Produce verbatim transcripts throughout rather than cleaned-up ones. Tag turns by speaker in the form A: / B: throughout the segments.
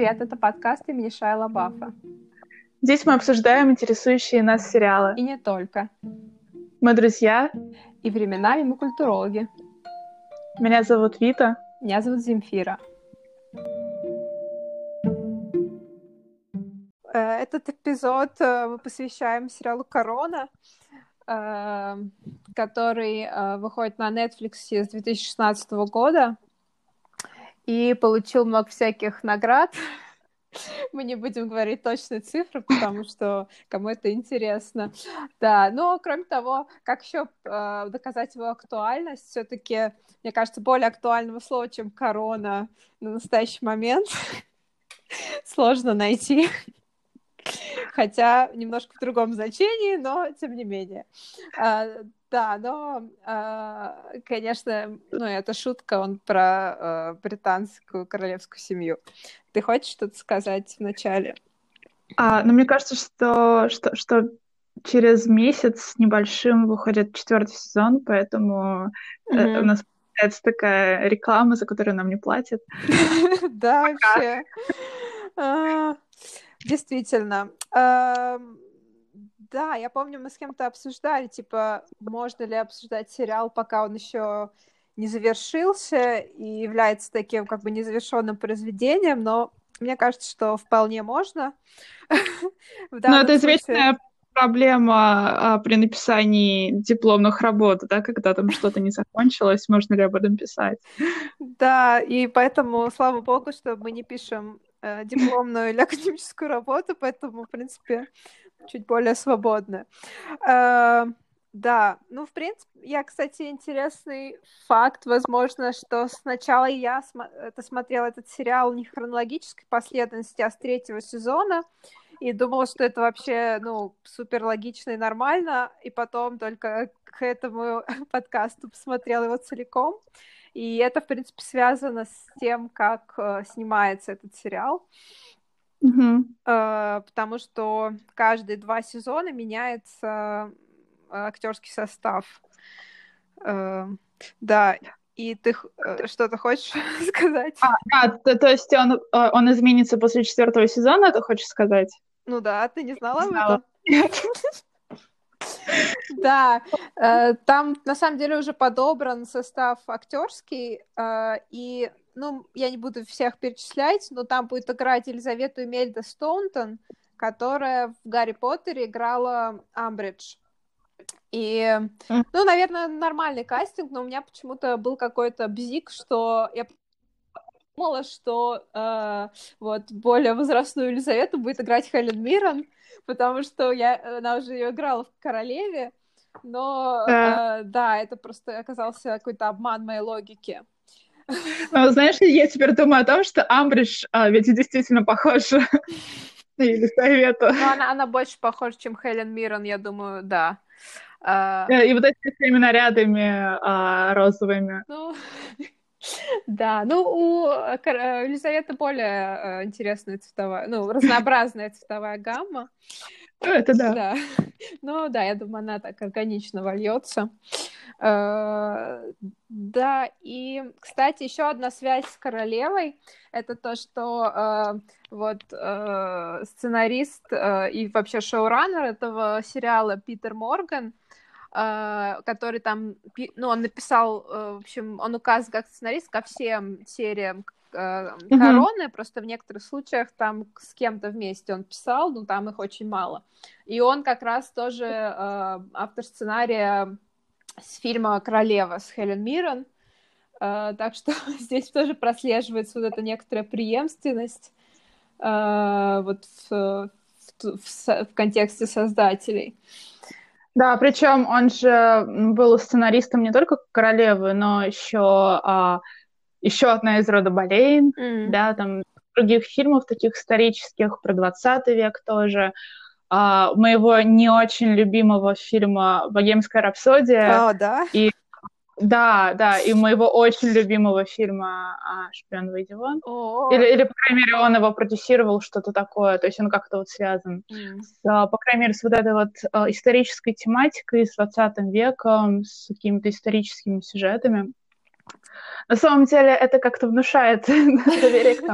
A: привет, это подкаст имени Шайи Лабафа.
B: Здесь мы обсуждаем интересующие нас сериалы.
A: И не только.
B: Мы друзья.
A: И временами мы культурологи.
B: Меня зовут Вита.
A: Меня зовут Земфира. Этот эпизод мы посвящаем сериалу «Корона», который выходит на Netflix с две тысячи шестнадцатого года и получил много всяких наград. Мы не будем говорить точные цифры, потому что кому это интересно. Да, но кроме того, как еще э, доказать его актуальность, все-таки, мне кажется, более актуального слова, чем корона на настоящий момент, сложно найти. Хотя немножко в другом значении, но тем не менее. А, да, но, а, конечно, ну, это шутка, он про а, британскую королевскую семью. Ты хочешь что-то сказать вначале?
B: А, ну, мне кажется, что, что, что через месяц с небольшим выходит четвертый сезон, поэтому mm-hmm. э, у нас получается такая реклама, за которую нам не платят.
A: Да, вообще. Действительно. Да, я помню, мы с кем-то обсуждали, типа, можно ли обсуждать сериал, пока он еще не завершился и является таким, как бы, незавершенным произведением, но мне кажется, что вполне можно.
B: Но это известная проблема а, при написании дипломных работ, да, когда там что-то не закончилось, можно ли об этом писать?
A: Да, и поэтому, слава богу, что мы не пишем э, дипломную или академическую работу, поэтому, в принципе, чуть более свободно. Э, да, ну, в принципе, я, кстати, интересный факт, возможно, что сначала я см- это смотрела этот сериал не в хронологической последовательности, а с третьего сезона, и думала, что это вообще, ну, супер логично и нормально, и потом только к этому подкасту посмотрела его целиком. И это, в принципе, связано с тем, как э, снимается этот сериал.
B: Mm-hmm.
A: Э, потому что каждые два сезона меняется э, актерский состав. Э, да, и ты э, что-то хочешь сказать?
B: А, да, то, то есть он, он изменится после четвертого сезона, ты хочешь сказать?
A: Ну да, ты не знала,
B: не
A: об этом?
B: Нет.
A: Да, э, там на самом деле уже подобран состав актерский, э, и, ну, я не буду всех перечислять, но там будет играть Елизавету Имельда Стоунтон, которая в «Гарри Поттере» играла Амбридж. И, ну, наверное, нормальный кастинг, но у меня почему-то был какой-то бзик, что я думала, что э, вот более возрастную Елизавету будет играть Хелен Миррен, потому что я, она уже ее играла в «Королеве», но да. Э, да, это просто оказался какой-то обман моей логики.
B: Ну, знаешь, я теперь думаю о том, что Амбридж а, ведь действительно похожа на Елизавету.
A: Ну, она, она больше похожа, чем Хелен Миррен, я думаю, да.
B: И вот этими всеми нарядами а, розовыми.
A: Ну... Да, ну, у Елизаветы более интересная цветовая, ну, разнообразная цветовая гамма.
B: Ну, это да.
A: Да. Ну, да, я думаю, она так органично вольется. Да, и, кстати, еще одна связь с королевой — это то, что вот сценарист и вообще шоураннер этого сериала Питер Морган, который там, ну, он написал, в общем, он указан как сценарист ко всем сериям «Короны», mm-hmm. просто в некоторых случаях там с кем-то вместе он писал, но там их очень мало. И он как раз тоже э, автор сценария с фильма «Королева» с Хелен Миррен, э, так что здесь тоже прослеживается вот эта некоторая преемственность э, вот в, в, в, в контексте создателей.
B: Да, причем он же был сценаристом не только «Королевы», но еще, а, еще одна из рода Болейн, mm. да, там других фильмов таких исторических про двадцатый век тоже. А, моего не очень любимого фильма «Богемская рапсодия».
A: Oh, да?
B: И да, да, и моего очень любимого фильма «Шпион, выйди вон».
A: Oh.
B: Или, или, по крайней мере, он его продюсировал, что-то такое, то есть он как-то вот связан,
A: mm.
B: с, по крайней мере, с вот этой вот исторической тематикой, с двадцатым веком, с какими-то историческими сюжетами. На самом деле это как-то внушает доверие к тому, что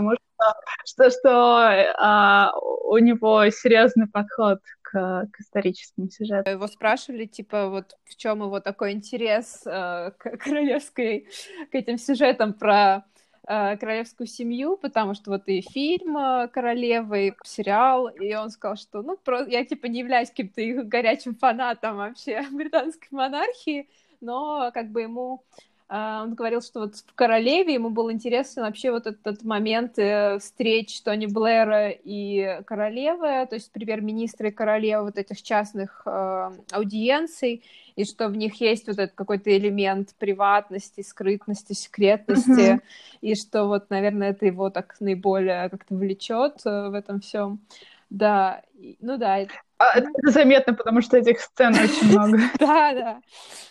B: что, что а, у него серьезный подход к, к историческому сюжету.
A: Его спрашивали, типа, вот в чем его такой интерес э, к королевской, к этим сюжетам про э, королевскую семью, потому что вот и фильм э, «Королева», и сериал, и он сказал, что, ну, про... я, типа, не являюсь каким-то их горячим фанатом вообще британской монархии, но, как бы, ему... Он говорил, что вот в «Королеве» ему был интересен вообще вот этот момент встреч Тони Блэра и королевы, то есть премьер-министра и королевы, вот этих частных э, аудиенций, и что в них есть вот этот какой-то элемент приватности, скрытности, секретности, mm-hmm. и что вот, наверное, это его так наиболее как-то влечет в этом всем. Да, ну да.
B: А, это заметно, потому что этих сцен очень много.
A: Да, да.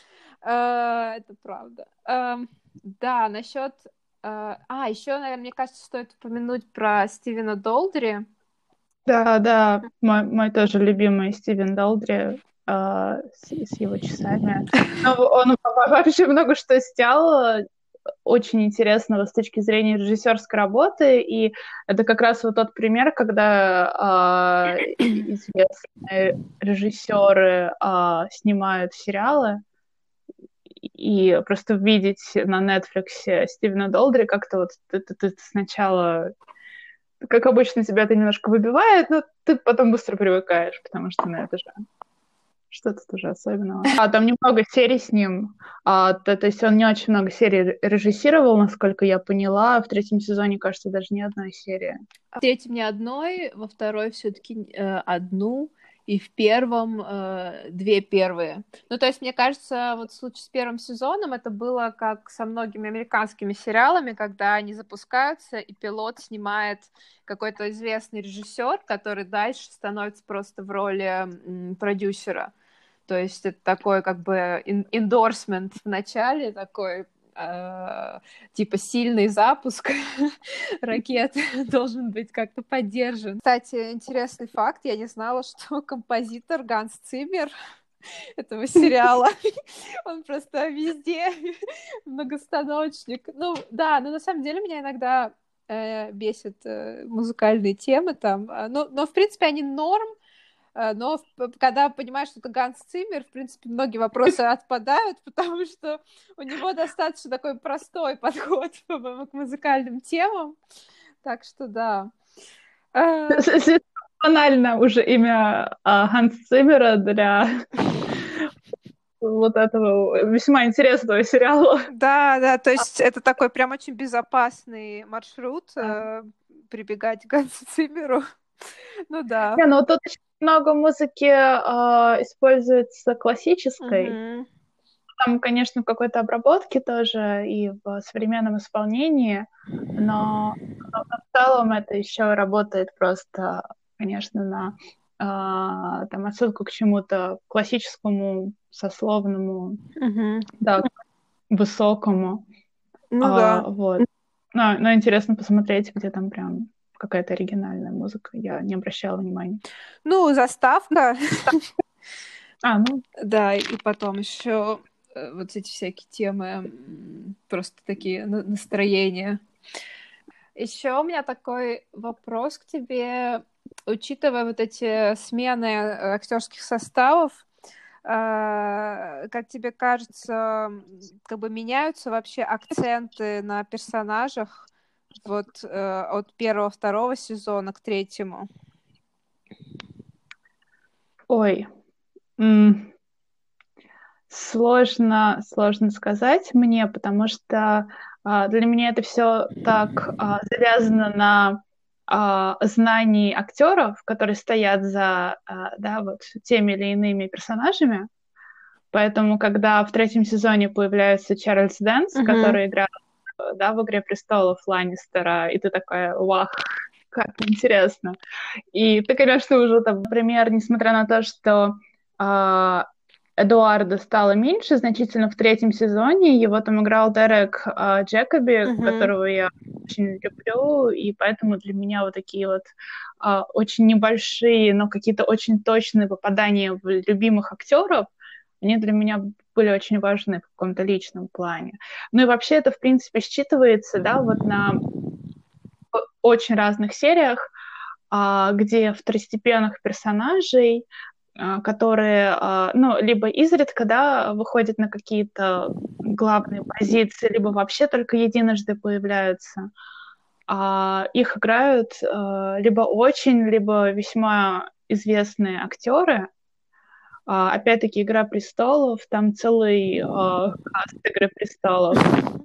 A: Uh, это правда. Uh, да, насчет... Uh, а, еще, наверное, мне кажется, стоит упомянуть про Стивена Долдри.
B: Да, да, мой, мой тоже любимый Стивен Долдри uh, с, с его часами. Но он вообще много что снял очень интересного с точки зрения режиссерской работы, и это как раз вот тот пример, когда uh, известные режиссеры uh, снимают сериалы, и просто видеть на Netflix Стивена Долдри как-то вот ты, ты, ты сначала, как обычно, тебя это немножко выбивает, но ты потом быстро привыкаешь, потому что, ну, это же что-то тоже особенного. А там немного серий с ним, а, то, то есть он не очень много серий режиссировал, насколько я поняла. В третьем сезоне, кажется, даже ни одной серии.
A: В третьем ни одной, во второй все-таки э, одну, и в первом э, две первые. Ну, то есть, мне кажется, вот в случае с первым сезоном это было как со многими американскими сериалами, когда они запускаются, и пилот снимает какой-то известный режиссер, который дальше становится просто в роли м, продюсера. То есть это такой как бы эндорсмент в начале, такой э, типа сильный запуск ракеты должен быть как-то поддержан. Кстати, интересный факт, я не знала, что композитор Ганс Циммер этого сериала, он просто везде многостаночник. Ну да, но на самом деле меня иногда э, бесит э, музыкальные темы там, но, но в принципе они норм, но когда понимаешь, что это Ганс Циммер, в принципе, многие вопросы отпадают, потому что у него достаточно такой простой подход, по-моему, к музыкальным темам. Так что да.
B: Банально уже имя Ганс Циммера для вот этого весьма интересного сериала.
A: Да, да, то есть это такой прям очень безопасный маршрут, да. Прибегать к Гансу Циммеру. Ну да.
B: Не, ну тут очень много музыки э, используется классической. Mm-hmm. Там, конечно, в какой-то обработке тоже и в современном исполнении, но, но в целом это еще работает просто, конечно, на э, там, отсылку к чему-то классическому, сословному, mm-hmm. да, высокому.
A: Ну
B: а,
A: да.
B: Вот. Но, но интересно посмотреть, где там прям какая-то оригинальная музыка. Я не обращала внимания.
A: Ну, заставка.
B: А, ну.
A: Да, и потом еще вот эти всякие темы, просто такие настроения. Еще у меня такой вопрос к тебе. Учитывая вот эти смены актерских составов, как тебе кажется, как бы меняются вообще акценты на персонажах вот от первого-второго сезона к третьему?
B: Ой, м- сложно, сложно сказать мне, потому что а, для меня это все так а, завязано на а, знании актеров, которые стоят за а, да, вот, теми или иными персонажами. Поэтому, когда в третьем сезоне появляется Чарльз Дэнс, mm-hmm. который играл да, в «Игре престолов» Ланнистера, и ты такая, вау, как интересно. И ты, конечно, уже там, например, несмотря на то, что э, Эдуарда стало меньше значительно в третьем сезоне, его там играл Дерек э, Джекоби, mm-hmm. которого я очень люблю, и поэтому для меня вот такие вот э, очень небольшие, но какие-то очень точные попадания в любимых актеров, они для меня были очень важны в каком-то личном плане. Ну и вообще это, в принципе, считывается, да, вот на очень разных сериях, а, где второстепенных персонажей, а, которые, а, ну, либо изредка, да, выходят на какие-то главные позиции, либо вообще только единожды появляются. А, их играют а, либо очень, либо весьма известные актеры. А, опять-таки, «Игра престолов», там целый а, каст «Игры престолов».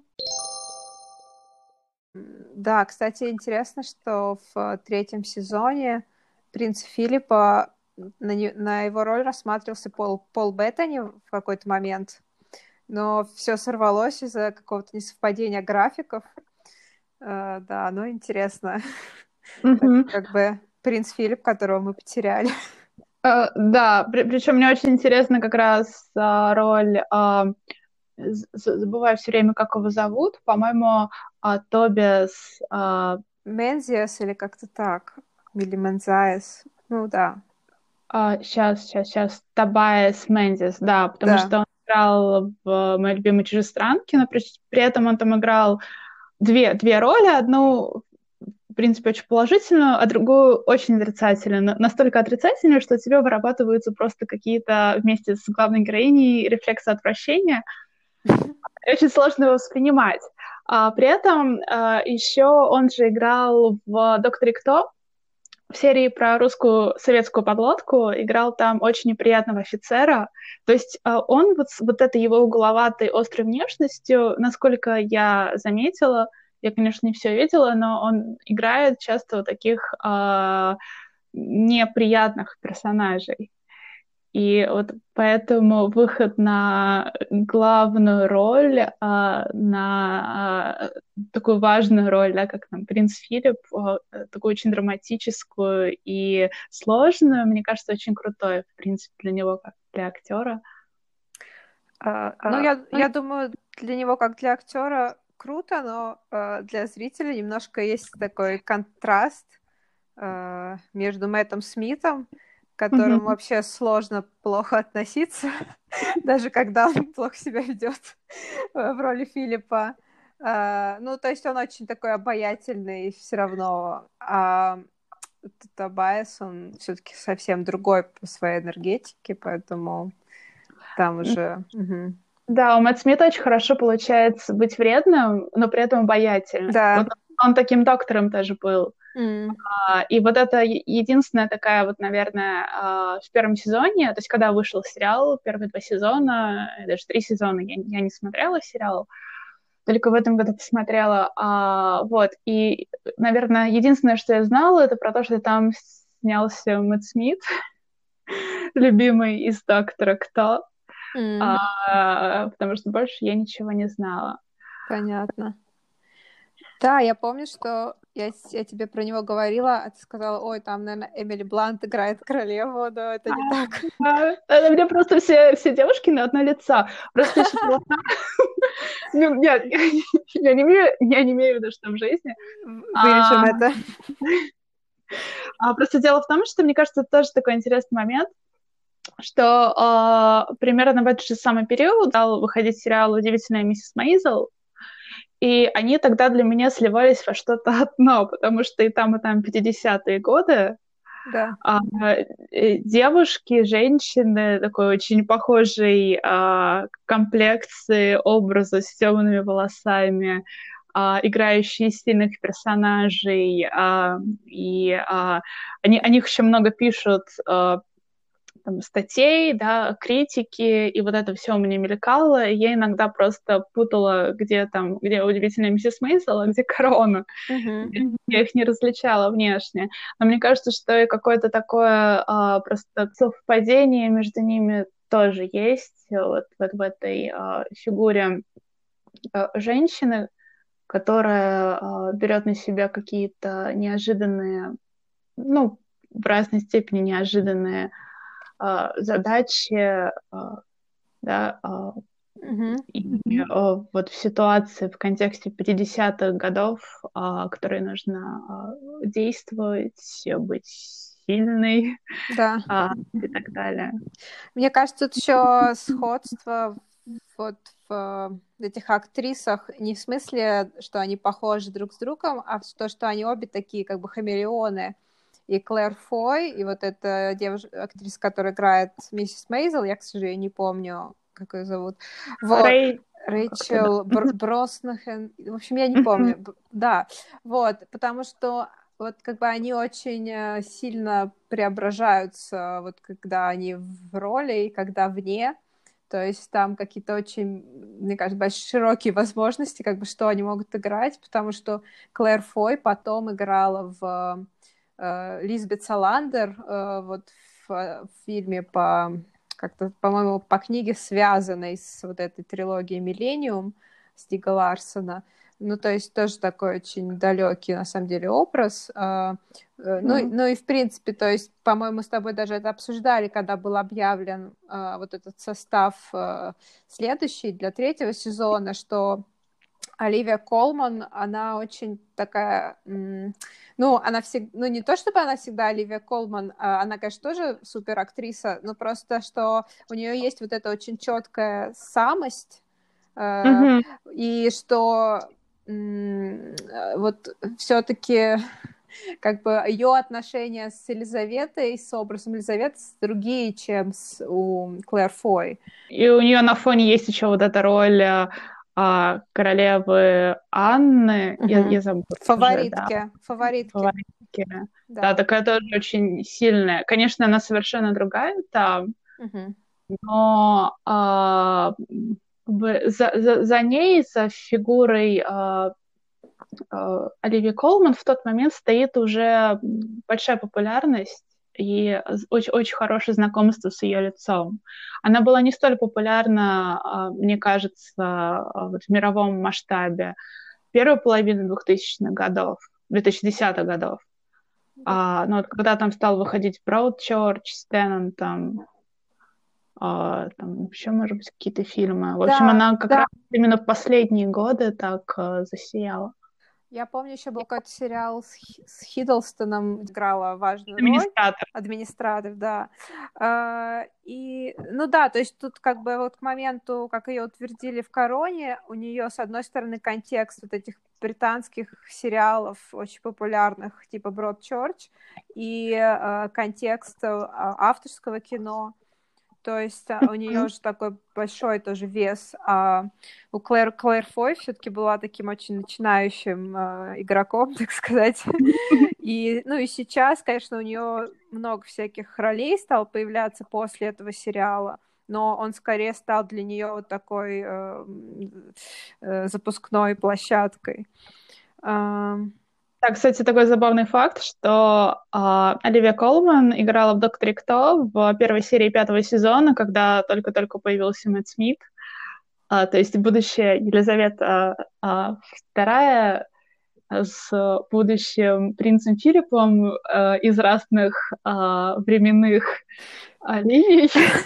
A: Да, кстати, интересно, что в третьем сезоне принца Филиппа на, не, на его роль рассматривался Пол, Пол Беттани в какой-то момент, но все сорвалось из-за какого-то несовпадения графиков. Uh, да, ну интересно.
B: Mm-hmm.
A: Как бы принц Филипп, которого мы потеряли.
B: Uh, да, при, причем мне очень интересно как раз uh, роль, uh, забываю все время, как его зовут, по-моему, uh, Тобиас... Uh...
A: Мензиас или как-то так. Или Мензаес. Ну да.
B: Uh, сейчас, сейчас, сейчас. Тобиас Мензиас, да, потому да. что он играл в «Моей любимой чужестранке», но при, при этом он там играл две, две роли, одну, в принципе, очень положительную, а другую очень отрицательную. Настолько отрицательную, что у тебя вырабатываются просто какие-то вместе с главной героиней рефлексы отвращения. Очень сложно его воспринимать. А, при этом а, еще он же играл в «Докторе Кто», в серии про русскую советскую подлодку, играл там очень неприятного офицера. То есть он вот, вот этой его угловатой, острой внешностью, насколько я заметила, я, конечно, не все видела, но он играет часто вот таких э, неприятных персонажей. И вот поэтому выход на главную роль, э, на э, такую важную роль, да, как там принц Филипп, э, такую очень драматическую и сложную, мне кажется, очень крутой, в принципе, для него, как для актера.
A: Uh, ну, я, я думаю, для него, как для актера, круто, но uh, для зрителя немножко есть такой контраст uh, между Мэттом Смитом, к которому mm-hmm. вообще сложно плохо относиться, даже когда он плохо себя ведет в роли Филиппа. Uh, ну, то есть он очень такой обаятельный все равно. А Тобиас, он все-таки совсем другой по своей энергетике, поэтому там уже... Mm-hmm.
B: Да, у Мэтта Смита очень хорошо получается быть вредным, но при этом обаятельным.
A: Да.
B: Вот он таким доктором тоже был.
A: Mm.
B: А, и вот это единственная такая вот, наверное, а, в первом сезоне, то есть когда вышел сериал, первые два сезона, даже три сезона я, я не смотрела сериал, только в этом году посмотрела. А, вот, и, наверное, единственное, что я знала, это про то, что там снялся Мэтт Смит, любимый из «Доктора Кто»,
A: mm.
B: а, потому что больше я ничего не знала.
A: Понятно. Да, я помню, что я, я тебе про него говорила, а ты сказала, ой, там, наверное, Эмили Блант играет королеву, но это не
B: а,
A: так.
B: А, у меня просто все, все девушки на одно лицо. Просто ну, нет, я не имею, я не имею в виду, что в жизни.
A: Вырежем это.
B: Просто дело в том, что, мне кажется, это тоже такой интересный момент, что примерно в этот же самый период стал выходить сериал «Удивительная миссис Мейзел», и они тогда для меня сливались во что-то одно, потому что и там, и там пятидесятые годы.
A: Да.
B: А, девушки, женщины, такой очень похожей а, комплекции, образа с темными волосами, а, играющие сильных персонажей. А, и а, они, о них еще много пишут а, там, статей, да, критики, и вот это все у меня мелькало, и я иногда просто путала, где там, где «Удивительная миссис Мейзел», а где «Корона».
A: Mm-hmm.
B: Я их не различала внешне. Но мне кажется, что и какое-то такое а, просто совпадение между ними тоже есть вот, вот в этой а, фигуре а, женщины, которая а, берет на себя какие-то неожиданные, ну, в разной степени неожиданные задачи, да,
A: mm-hmm.
B: и вот в ситуации, в контексте пятидесятых годов, которые нужно действовать, быть сильной,
A: да.
B: и так далее.
A: Мне кажется, тут еще сходство вот в этих актрисах не в смысле, что они похожи друг с другом, а в то, что они обе такие как бы хамелеоны. И Клэр Фой, и вот эта девушка, актриса, которая играет миссис Мейзел, я, к сожалению, не помню, как ее зовут. Вот.
B: Рэй...
A: Рэйчел Бр- Броснахен. В общем, я не помню. Да, вот, потому что вот как бы они очень сильно преображаются, вот когда они в роли и когда вне. То есть там какие-то очень, мне кажется, широкие возможности, как бы, что они могут играть, потому что Клэр Фой потом играла в э, Лизбет Саландер э, вот в, в фильме по, как-то, по-моему, по книге, связанной с вот этой трилогией «Миллениум» Стига Ларсона. Ну, то есть тоже такой очень далекий, на самом деле, образ. Ну, mm. ну и, в принципе, то есть, по-моему, с тобой даже это обсуждали, когда был объявлен uh, вот этот состав uh, следующий для третьего сезона, что Оливия Колман, она очень такая... М- ну, она всегда... Ну, не то, чтобы она всегда Оливия Колман, а она, конечно, тоже супер актриса, но просто, что у нее есть вот эта очень четкая самость, uh, mm-hmm. и что вот все-таки как бы ее отношения с Елизаветой, с образом Елизаветы другие, чем с, у Клэр Фой.
B: И у нее на фоне есть еще вот эта роль а, королевы Анны. Угу. Я, я забыла.
A: Фаворитки.
B: Уже, да.
A: Фаворитки.
B: Фаворитки. Да. да, такая тоже очень сильная. Конечно, она совершенно другая там, угу. но а, за, за, за ней, за фигурой а, а, Оливии Колман в тот момент стоит уже большая популярность и очень, очень хорошее знакомство с ее лицом. Она была не столь популярна, мне кажется, вот в мировом масштабе первой половины двухтысячных годов, двухтысячных годов. А, ну, вот когда там стал выходить Broadchurch с Теннантом, а, там еще, может быть, какие-то фильмы. В общем, да, она как да. раз именно в последние годы так а, засияла.
A: Я помню, еще был какой-то сериал с, с Хиддлстоном, играла важную
B: Администратор.
A: роль. Администратор, да. А, и, ну да, то есть тут как бы вот к моменту, как ее утвердили в «Короне», у нее, с одной стороны, контекст вот этих британских сериалов очень популярных, типа Broadchurch, и а, контекст а, авторского кино. То есть у нее уже такой большой тоже вес. А у Клэр, Клэр Фой все-таки была таким очень начинающим э, игроком, так сказать. И, ну и сейчас, конечно, у нее много всяких ролей стало появляться после этого сериала, но он скорее стал для нее вот такой э, э, запускной площадкой.
B: Да, кстати, такой забавный факт, что э, Оливия Колман играла в «Докторе Кто» в первой серии пятого сезона, когда только-только появился Мэтт Смит. Э, то есть будущая Елизавета э, вторая с будущим принцем Филиппом э, из разных э, временных э, линий.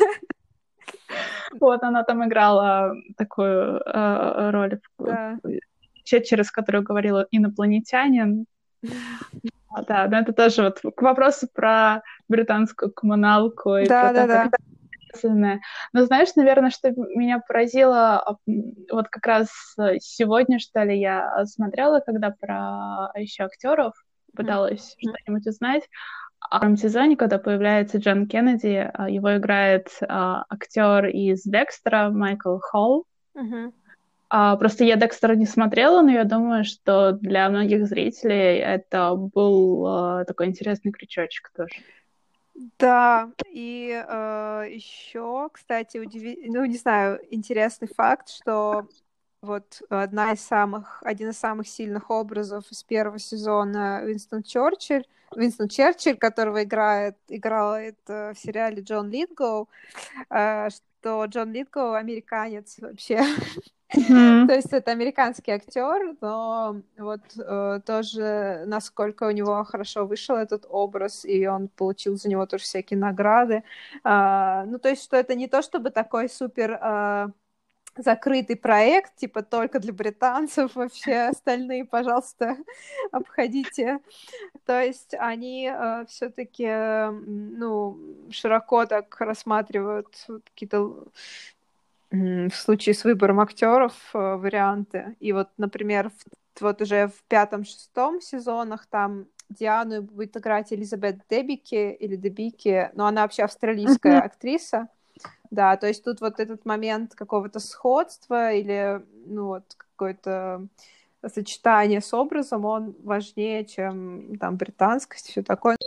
B: Вот она там играла такую э, роль,
A: да.
B: через которую говорила инопланетянин. Да, но это тоже вот к вопросу про британскую коммуналку и
A: да,
B: про
A: да,
B: то,
A: да.
B: как это. Но знаешь, наверное, что меня поразило, вот как раз сегодня, что ли, я смотрела, когда про еще актеров пыталась mm-hmm. что-нибудь узнать. В первом сезоне, когда появляется Джон Кеннеди, его играет актер из Декстера Майкл Холл.
A: Mm-hmm.
B: Uh, просто я Декстера не смотрела, но я думаю, что для многих зрителей это был uh, такой интересный крючочек тоже.
A: Да, и э, еще, кстати, удиви... ну, не знаю, интересный факт, что вот одна из самых, один из самых сильных образов из первого сезона Уинстон Черчилль, Уинстон Черчилль, которого играет, играет в сериале Джон Литгоу, э, что Джон Литгоу американец вообще. Mm-hmm. То есть это американский актер, но вот э, тоже насколько у него хорошо вышел этот образ, и он получил за него тоже всякие награды. Э, ну, то есть, что это не то чтобы такой супер э, закрытый проект, типа только для британцев, вообще остальные, пожалуйста, обходите. То есть они э, все-таки, э, ну, широко так рассматривают какие-то в случае с выбором актеров варианты. И вот, например, в, вот уже в пятом-шестом сезонах там Диану будет играть Элизабет Дебики или Дебики, но она вообще австралийская mm-hmm. актриса. Да, то есть тут вот этот момент какого-то сходства или, ну, вот, какое-то сочетание с образом, он важнее, чем там британскость, все такое.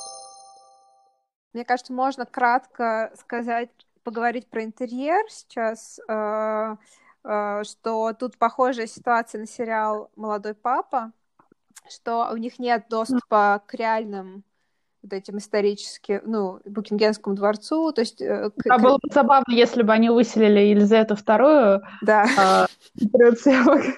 A: Мне кажется, можно кратко сказать, поговорить про интерьер сейчас, э, э, что тут похожая ситуация на сериал «Молодой папа», что у них нет доступа к реальным вот этим историческим, ну, Букингемскому дворцу, то есть... Э,
B: к... А было бы забавно, если бы они выселили Елизавету вторую.
A: Да.
B: Э,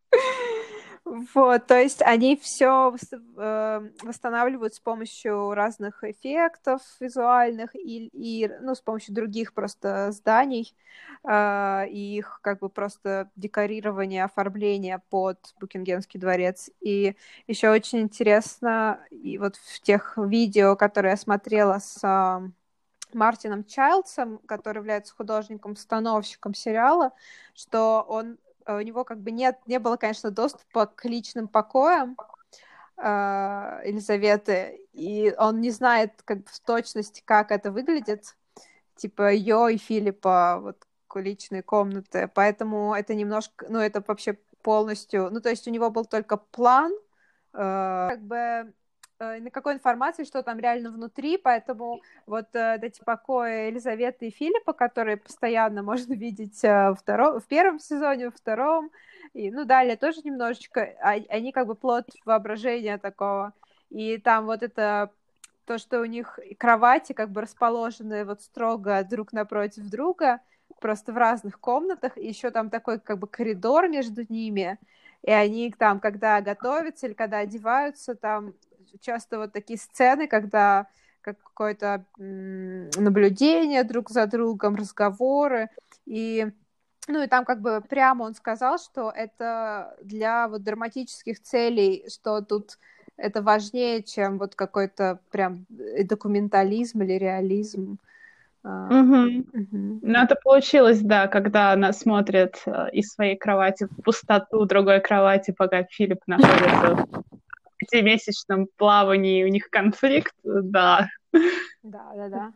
A: Вот, то есть они все восстанавливают с помощью разных эффектов визуальных и, и ну, с помощью других просто зданий, э, и их как бы просто декорирование, оформление под Букингемский дворец. И еще очень интересно, и вот в тех видео, которые я смотрела с э, Мартином Чайлдсом, который является художником-постановщиком сериала, что он у него как бы нет, не было, конечно, доступа к личным покоям э, Елизаветы, и он не знает как бы в точности, как это выглядит, типа ее и Филиппа вот личные комнаты, поэтому это немножко, ну это вообще полностью, ну то есть у него был только план, э, как бы никакой информации, что там реально внутри, поэтому вот э, эти покои Елизаветы и Филиппа, которые постоянно можно видеть э, второ... в первом сезоне, во втором, и, ну, далее тоже немножечко, а, они как бы плод воображения такого, и там вот это то, что у них кровати как бы расположены вот строго друг напротив друга, просто в разных комнатах, и еще там такой как бы коридор между ними, и они там, когда готовятся или когда одеваются, там часто вот такие сцены, когда как какое-то м- наблюдение друг за другом, разговоры, и ну и там как бы прямо он сказал, что это для вот драматических целей, что тут это важнее, чем вот какой-то прям документализм или реализм.
B: Угу. Угу. Ну, это получилось, да, когда она смотрит э, из своей кровати в пустоту другой кровати, пока Филипп находится в пятимесячном плавании, у них конфликт, да.
A: Да, да, да.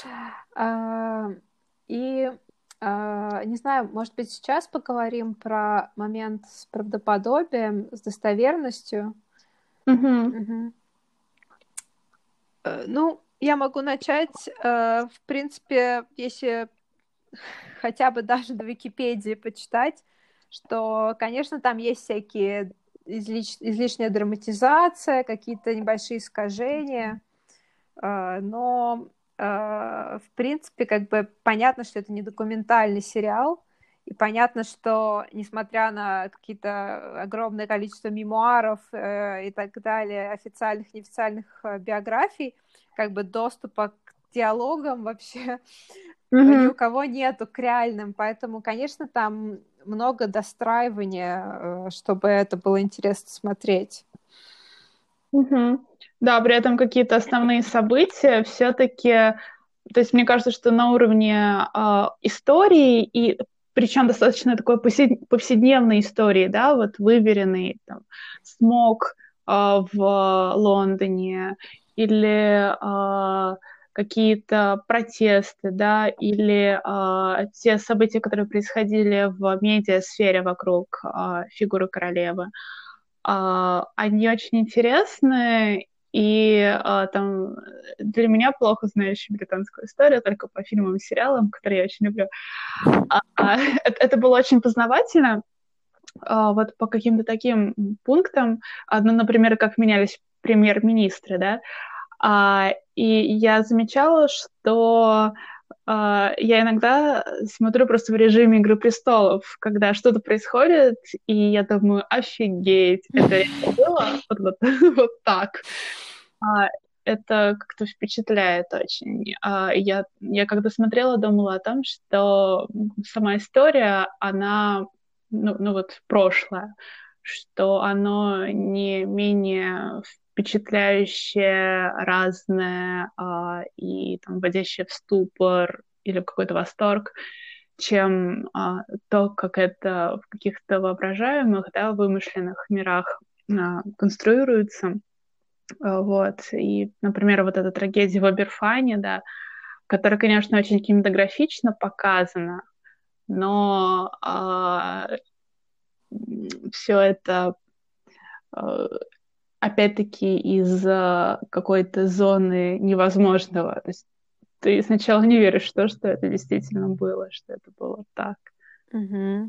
A: А, и а, не знаю, может быть, сейчас поговорим про момент с правдоподобием, с достоверностью.
B: Угу.
A: Угу. Ну, я могу начать. В принципе, если хотя бы даже до Википедии почитать, что, конечно, там есть всякие излиш... излишняя драматизация, какие-то небольшие искажения, но, в принципе, как бы понятно, что это не документальный сериал, и понятно, что, несмотря на какие-то огромное количество мемуаров и так далее, официальных, неофициальных биографий, как бы доступа к диалогам вообще mm-hmm. ни у кого нету к реальным, поэтому, конечно, там много достраивания, чтобы это было интересно смотреть.
B: Mm-hmm. Да, при этом какие-то основные события все-таки, то есть мне кажется, что на уровне э, истории, и причем достаточно такой повседневной истории, да, вот выверенный там, смог э, в Лондоне или э, какие-то протесты, да, или э, те события, которые происходили в медиасфере вокруг э, фигуры королевы, э, они очень интересны. И а, там для меня, плохо знающая британскую историю, только по фильмам и сериалам, которые я очень люблю, а, а, это, это было очень познавательно. А, вот по каким-то таким пунктам, ну, например, как менялись премьер-министры, да, а, и я замечала, что а, я иногда смотрю просто в режиме «Игры престолов», когда что-то происходит, и я думаю, офигеть, это было вот, вот, вот так. А, это как-то впечатляет очень. А, я, я когда смотрела, думала о том, что сама история, она, ну, ну вот прошлое, что оно не менее впечатляющее, разное а, и там, вводящее в ступор или в какой-то восторг, чем а, то, как это в каких-то воображаемых, да, вымышленных мирах а, конструируется. А, Вот. И, например, вот эта трагедия в Аберфане, да, которая, конечно, очень кинематографично показана, но а, все это а, опять-таки из а, какой-то зоны невозможного. То есть ты сначала не веришь в то, что это действительно было, что это было так.
A: Мгм.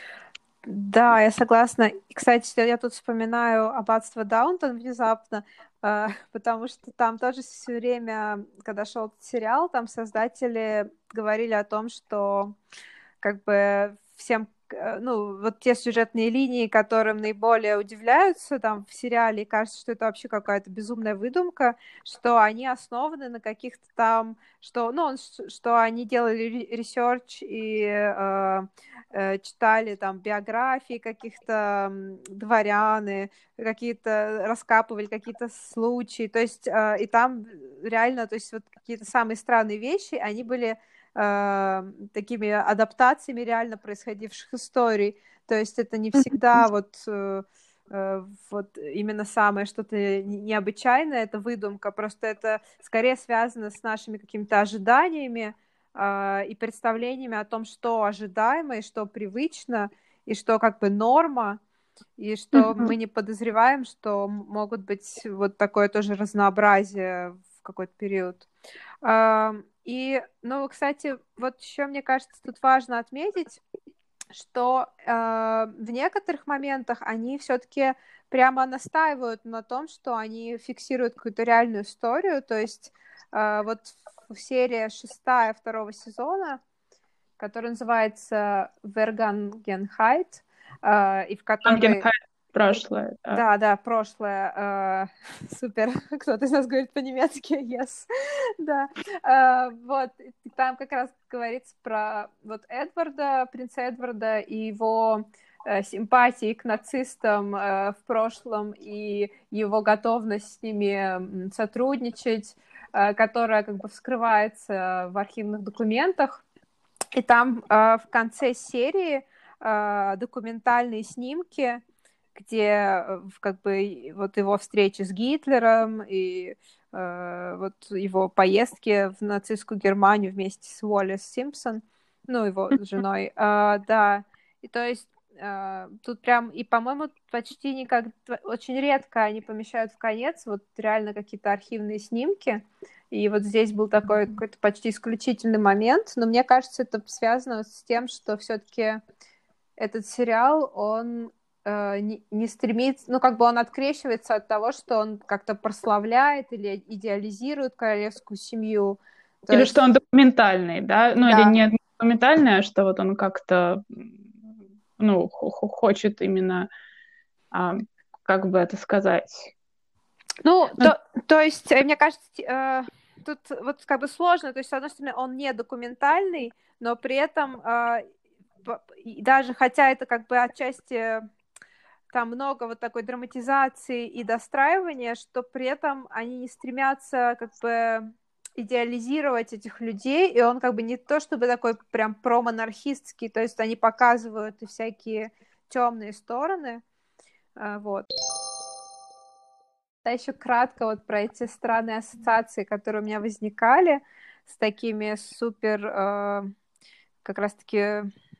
A: Да, я согласна. И, кстати, я тут вспоминаю «Аббатство Даунтон» внезапно, э, потому что там тоже все время, когда шел этот сериал, там создатели говорили о том, что как бы всем, э, ну, вот те сюжетные линии, которым наиболее удивляются там в сериале, и кажется, что это вообще какая-то безумная выдумка, что они основаны на каких-то там, что, ну, он, что они делали ресерч и э, э, читали там биографии каких-то м, дворян, и какие-то раскапывали какие-то случаи, то есть э, и там реально, то есть вот какие-то самые странные вещи, они были э, такими адаптациями реально происходивших историй. То есть это не всегда вот, э, э, вот именно самое что-то необычайное, это выдумка, просто это скорее связано с нашими какими-то ожиданиями э, и представлениями о том, что ожидаемо и что привычно, и что как бы норма, и что мы не подозреваем, что могут быть вот такое тоже разнообразие в какой-то период. И, ну, кстати, вот еще мне кажется, тут важно отметить, что э, в некоторых моментах они все-таки прямо настаивают на том, что они фиксируют какую-то реальную историю. То есть э, вот в серии шестая второго сезона, которая называется Вергангенхайт, э, и в которой
B: Прошлое, да.
A: да, да, прошлое. Э, супер. Кто-то из нас говорит по-немецки, yes. Да. Э, вот, там как раз говорится про вот Эдварда, принца Эдварда и его э, симпатии к нацистам э, в прошлом и его готовность с ними сотрудничать, э, которая как бы вскрывается в архивных документах. И там э, в конце серии э, документальные снимки, где как бы вот его встречи с Гитлером и э, вот его поездки в нацистскую Германию вместе с Уоллес Симпсон, ну, его женой, э, да, и то есть э, тут прям, и, по-моему, почти никак, очень редко они помещают в конец вот реально какие-то архивные снимки, и вот здесь был такой какой-то почти исключительный момент, но мне кажется, это связано с тем, что все-таки этот сериал, он э, не, не стремится, ну, как бы он открещивается от того, что он как-то прославляет или идеализирует королевскую семью. То
B: Или
A: есть,
B: что он документальный, да? Ну, или
A: да.
B: не документальный, а что вот он как-то, ну, хочет именно, а, как бы это сказать?
A: Ну,
B: Ну,
A: то, то есть, э, мне кажется, э, тут вот как бы сложно, то есть, с одной стороны, он не документальный, но при этом э, даже хотя это как бы отчасти там много вот такой драматизации и достраивания, что при этом они не стремятся как бы идеализировать этих людей, и он как бы не то чтобы такой прям промонархистский, то есть они показывают и всякие темные стороны, вот. Да, еще кратко вот про эти странные ассоциации, которые у меня возникали с такими супер, э, как раз-таки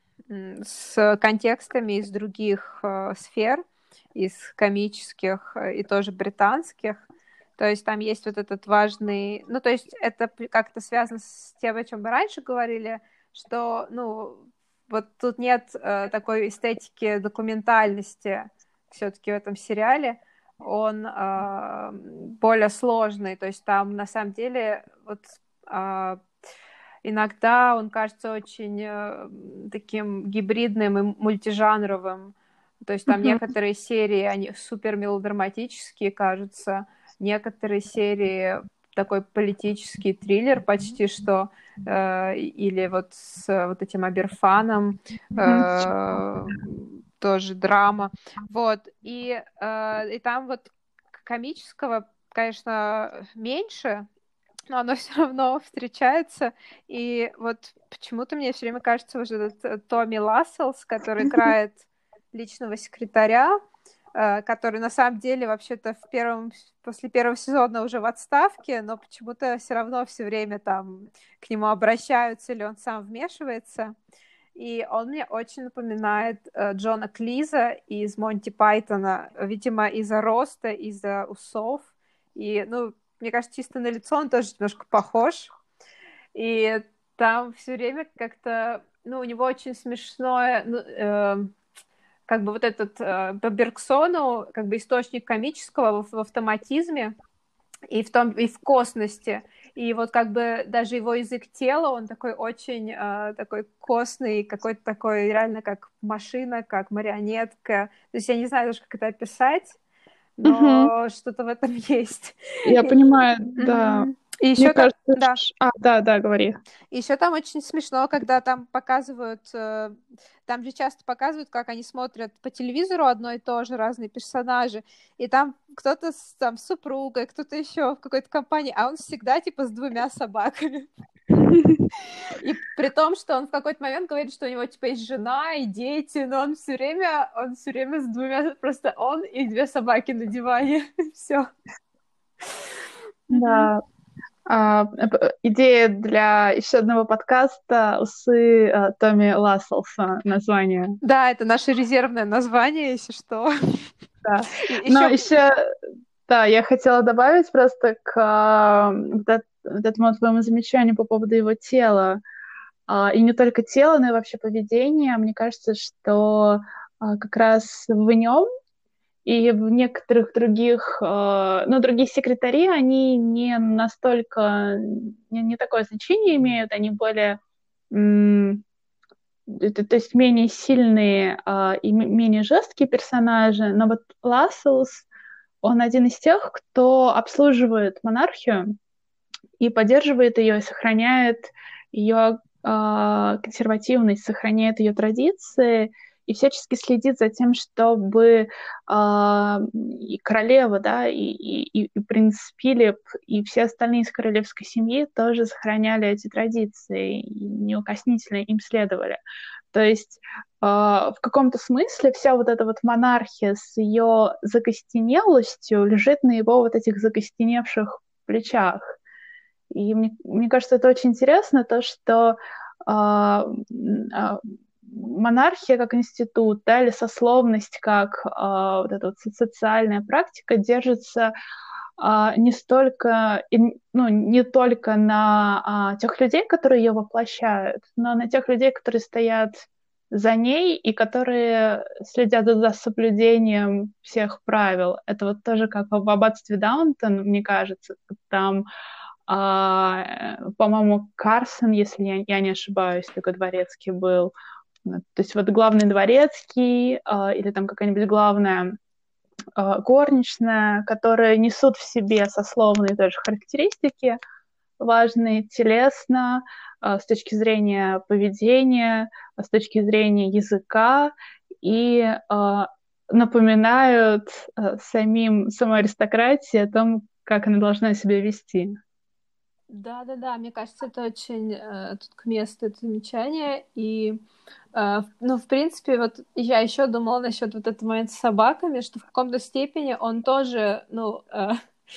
A: с контекстами из других э, сфер, из комических и тоже британских. То есть там есть вот этот важный... Ну, то есть это как-то связано с тем, о чем мы раньше говорили, что, ну, вот тут нет э, такой эстетики документальности все-таки в этом сериале. Он э, более сложный, то есть там на самом деле вот э, иногда он кажется очень э, таким гибридным и мультижанровым. То есть там некоторые серии, они супер мелодраматические, кажутся, некоторые серии такой политический триллер почти что, э, или вот с вот этим Аберфаном, э, тоже драма. Вот. И, э, и там вот комического, конечно, меньше, но оно все равно встречается. И вот почему-то мне все время кажется, вот этот Томми Ласселс, который играет личного секретаря, который на самом деле вообще-то в первом, после первого сезона уже в отставке, но почему-то все равно все время там к нему обращаются или он сам вмешивается. И он мне очень напоминает э, Джона Клиза из Монти Пайтона, видимо, из-за роста, из-за усов. И, ну, мне кажется, чисто на лицо он тоже немножко похож. И там все время как-то, ну, у него очень смешное, ну, э, как бы вот этот э, по Бергсону, как бы источник комического в, в автоматизме и в том, и в косности. И вот как бы даже его язык тела, он такой очень э, такой костный, какой-то такой реально как машина, как марионетка. То есть я не знаю даже, как это описать, но угу. Что-то в этом есть.
B: Я и, понимаю, да.
A: Угу. И еще
B: Мне
A: там,
B: кажется,
A: да.
B: Ш... А, да, да, говори.
A: Еще там очень смешно, когда там показывают, там же часто показывают, как они смотрят по телевизору одно и то же, разные персонажи, и там кто-то с, там, с супругой, кто-то еще в какой-то компании, а он всегда типа с двумя собаками. И при том, что он в какой-то момент говорит, что у него типа есть жена и дети, но он все время, он все время с двумя, просто он и две собаки на диване, все.
B: Да. А, идея для еще одного подкаста «Усы а, Томми Ласселса» название.
A: Да, это наше резервное название, если что.
B: Да. И но еще... еще, да, я хотела добавить просто к а, вот, вот этому твоему замечанию по поводу его тела. А, и не только тела, но и вообще поведения. Мне кажется, что а, как раз в нем и в некоторых других, ну, другие секретари, они не настолько, не, не такое значение имеют, они более, то, то есть менее сильные и менее жесткие персонажи, но вот Ласселс, он один из тех, кто обслуживает монархию и поддерживает ее, и сохраняет ее консервативность, сохраняет ее традиции, и всячески следит за тем, чтобы э, и королева, да, и, и, и принц Филипп, и все остальные из королевской семьи тоже сохраняли эти традиции и неукоснительно им следовали. То есть э, в каком-то смысле вся вот эта вот монархия с ее закостенелостью лежит на его вот этих закостеневших плечах. И мне, мне кажется, это очень интересно, то, что э, э, монархия как институт, да, или сословность как э, вот эта вот социальная практика держится э, не столько, ну, не только на э, тех людей, которые ее воплощают, но на тех людей, которые стоят за ней и которые следят за соблюдением всех правил. Это вот тоже как в аббатстве Даунтон, мне кажется, там Uh, по-моему, Карсон, если я, я не ошибаюсь, такой дворецкий был. То есть вот главный дворецкий uh, или там какая-нибудь главная uh, горничная, которые несут в себе сословные тоже характеристики важные телесно, uh, с точки зрения поведения, с точки зрения языка и uh, напоминают uh, самим, самой аристократии о том, как она должна себя вести.
A: Да-да-да, мне кажется, это очень э, тут к месту это замечание. И, э, ну, в принципе, вот я еще думала насчет вот этого момента с собаками, что в каком-то степени он тоже, ну, э,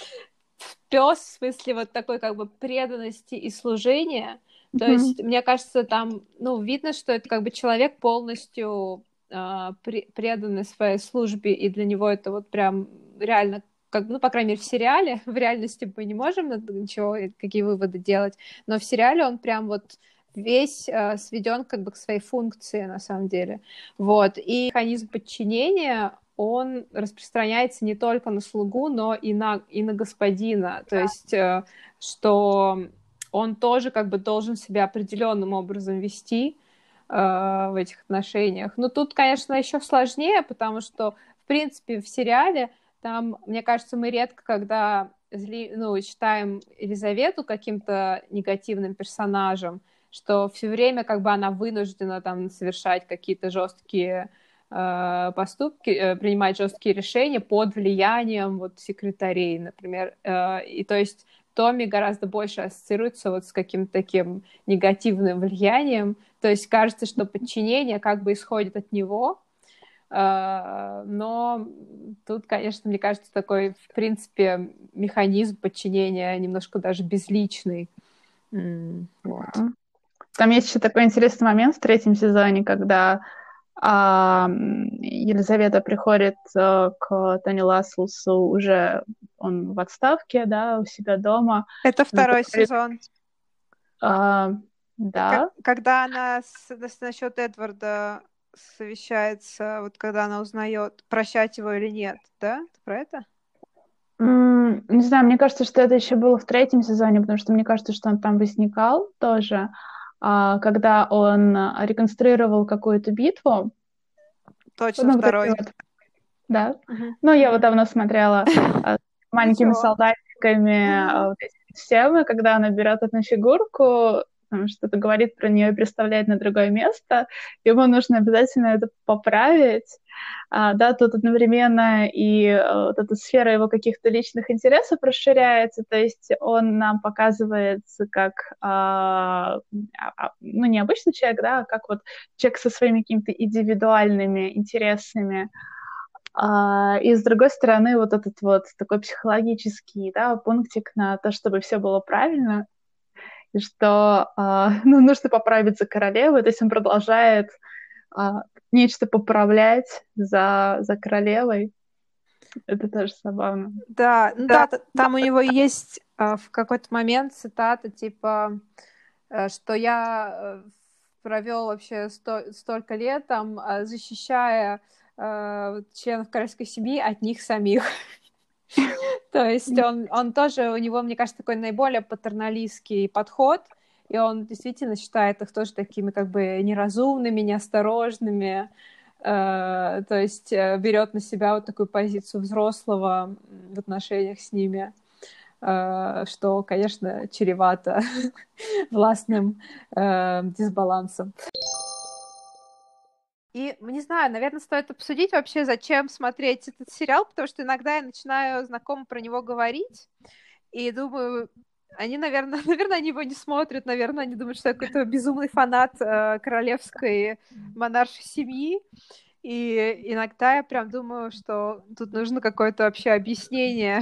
A: пес, в смысле вот такой как бы преданности и служения. Mm-hmm. То есть, мне кажется, там, ну, видно, что это как бы человек полностью э, при- преданный своей службе, и для него это вот прям реально как, ну, по крайней мере, в сериале, в реальности мы не можем ничего, какие выводы делать, но в сериале он прям вот весь э, сведен как бы к своей функции, на самом деле. Вот. И механизм подчинения, он распространяется не только на слугу, но и на, и на господина. То есть, э, что он тоже как бы должен себя определенным образом вести э, в этих отношениях. Но тут, конечно, еще сложнее, потому что, в принципе, в сериале там, мне кажется, мы редко, когда зли, ну, считаем Елизавету каким-то негативным персонажем, что все время как бы она вынуждена там совершать какие-то жесткие э, поступки, э, принимать жесткие решения под влиянием вот секретарей, например. Э, и то есть Томми гораздо больше ассоциируется вот с каким-то таким негативным влиянием. То есть кажется, что подчинение как бы исходит от него, но тут, конечно, мне кажется, такой, в принципе, механизм подчинения немножко даже безличный. Вот.
B: Там есть еще такой интересный момент в третьем сезоне, когда а, Елизавета приходит а, к Тони Ласлсу, уже он в отставке, да, у себя дома.
A: Это второй
B: говорит,
A: сезон.
B: А, да.
A: К- когда она с, насчет Эдварда совещается, вот когда она узнает, прощать его или нет, да? Ты про это?
B: М, не знаю, мне кажется, что это еще было в третьем сезоне, потому что мне кажется, что он там возникал тоже, а, когда он реконструировал какую-то битву.
A: Точно,
B: Ну, вот эти
A: второй.
B: вот, да.
A: Мгм.
B: Ну, я вот давно смотрела а, с маленькими
A: Ничего.
B: солдатиками а,
A: Мгм.
B: вот эти схемы, когда она берет одну фигурку, там что-то говорит про нее и представляет на другое место, ему нужно обязательно это поправить. А, да, тут одновременно и а, вот эта сфера его каких-то личных интересов расширяется, то есть он нам показывается как, а, а, ну, не обычный человек, да, а как вот человек со своими какими-то индивидуальными интересами. А, и с другой стороны, вот этот вот такой психологический, да, пунктик на то, чтобы все было правильно, и что а, ну, нужно поправиться королевой, то есть он продолжает а, нечто поправлять за, за королевой. Это тоже забавно.
A: Да, ну
B: Да.
A: да, т- там у него есть а, в какой-то момент цитата типа, э, что я провел вообще сто- столько лет там, а, защищая э, членов королевской семьи от них самих. То есть он, он тоже, у него, мне кажется, такой наиболее патерналистский подход, и он действительно считает их тоже такими как бы неразумными, неосторожными, э, то есть э, берет на себя вот такую позицию взрослого в отношениях с ними, э, что, конечно, чревато властным э, дисбалансом. И, не знаю, наверное, стоит обсудить вообще, зачем смотреть этот сериал, потому что иногда я начинаю знакомым про него говорить, и думаю, они, наверное, наверное, они его не смотрят, наверное, они думают, что я какой-то безумный фанат э, королевской монаршей семьи, и иногда я прям думаю, что тут нужно какое-то вообще объяснение.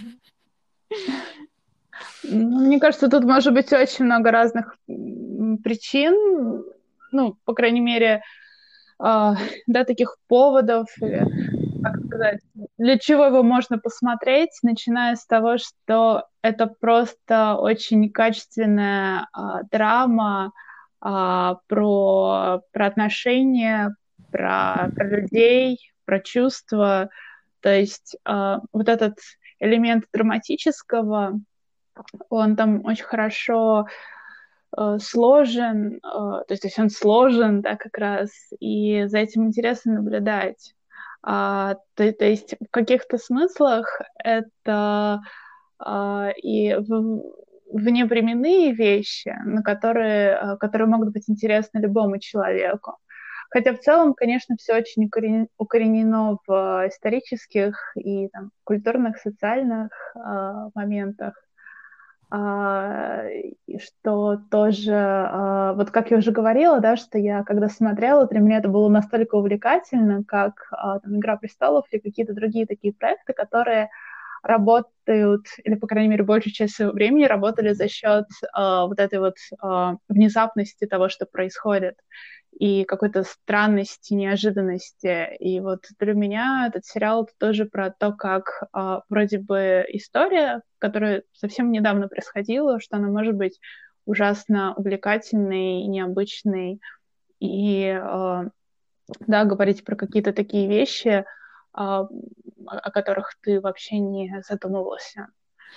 B: Мне кажется, тут может быть очень много разных причин, ну, по крайней мере, э, да, таких поводов, или, как сказать, для чего его можно посмотреть, начиная с того, что это просто очень качественная э, драма э, про, про отношения, про, про людей, про чувства. То есть э, вот этот элемент драматического, он там очень хорошо э, сложен, э, то есть, то есть он сложен, да, как раз, и за этим интересно наблюдать. А, то, то есть в каких-то смыслах это а, и в, вневременные вещи, на которые, которые могут быть интересны любому человеку. Хотя в целом, конечно, все очень укоренено в исторических и там, культурных, социальных э, моментах. А, и что тоже, а, вот как я уже говорила, да, что я когда смотрела, для меня это было настолько увлекательно, как а, там, «Игра престолов» или какие-то другие такие проекты, которые работают, или, по крайней мере, большую часть своего времени работали за счет а, вот этой вот а, внезапности того, что происходит, и какой-то странности, неожиданности. И вот для меня этот сериал это тоже про то, как а, вроде бы история, которая совсем недавно происходила, что она может быть ужасно увлекательной, необычной, и а, да, говорить про какие-то такие вещи, а, о которых ты вообще не задумывался.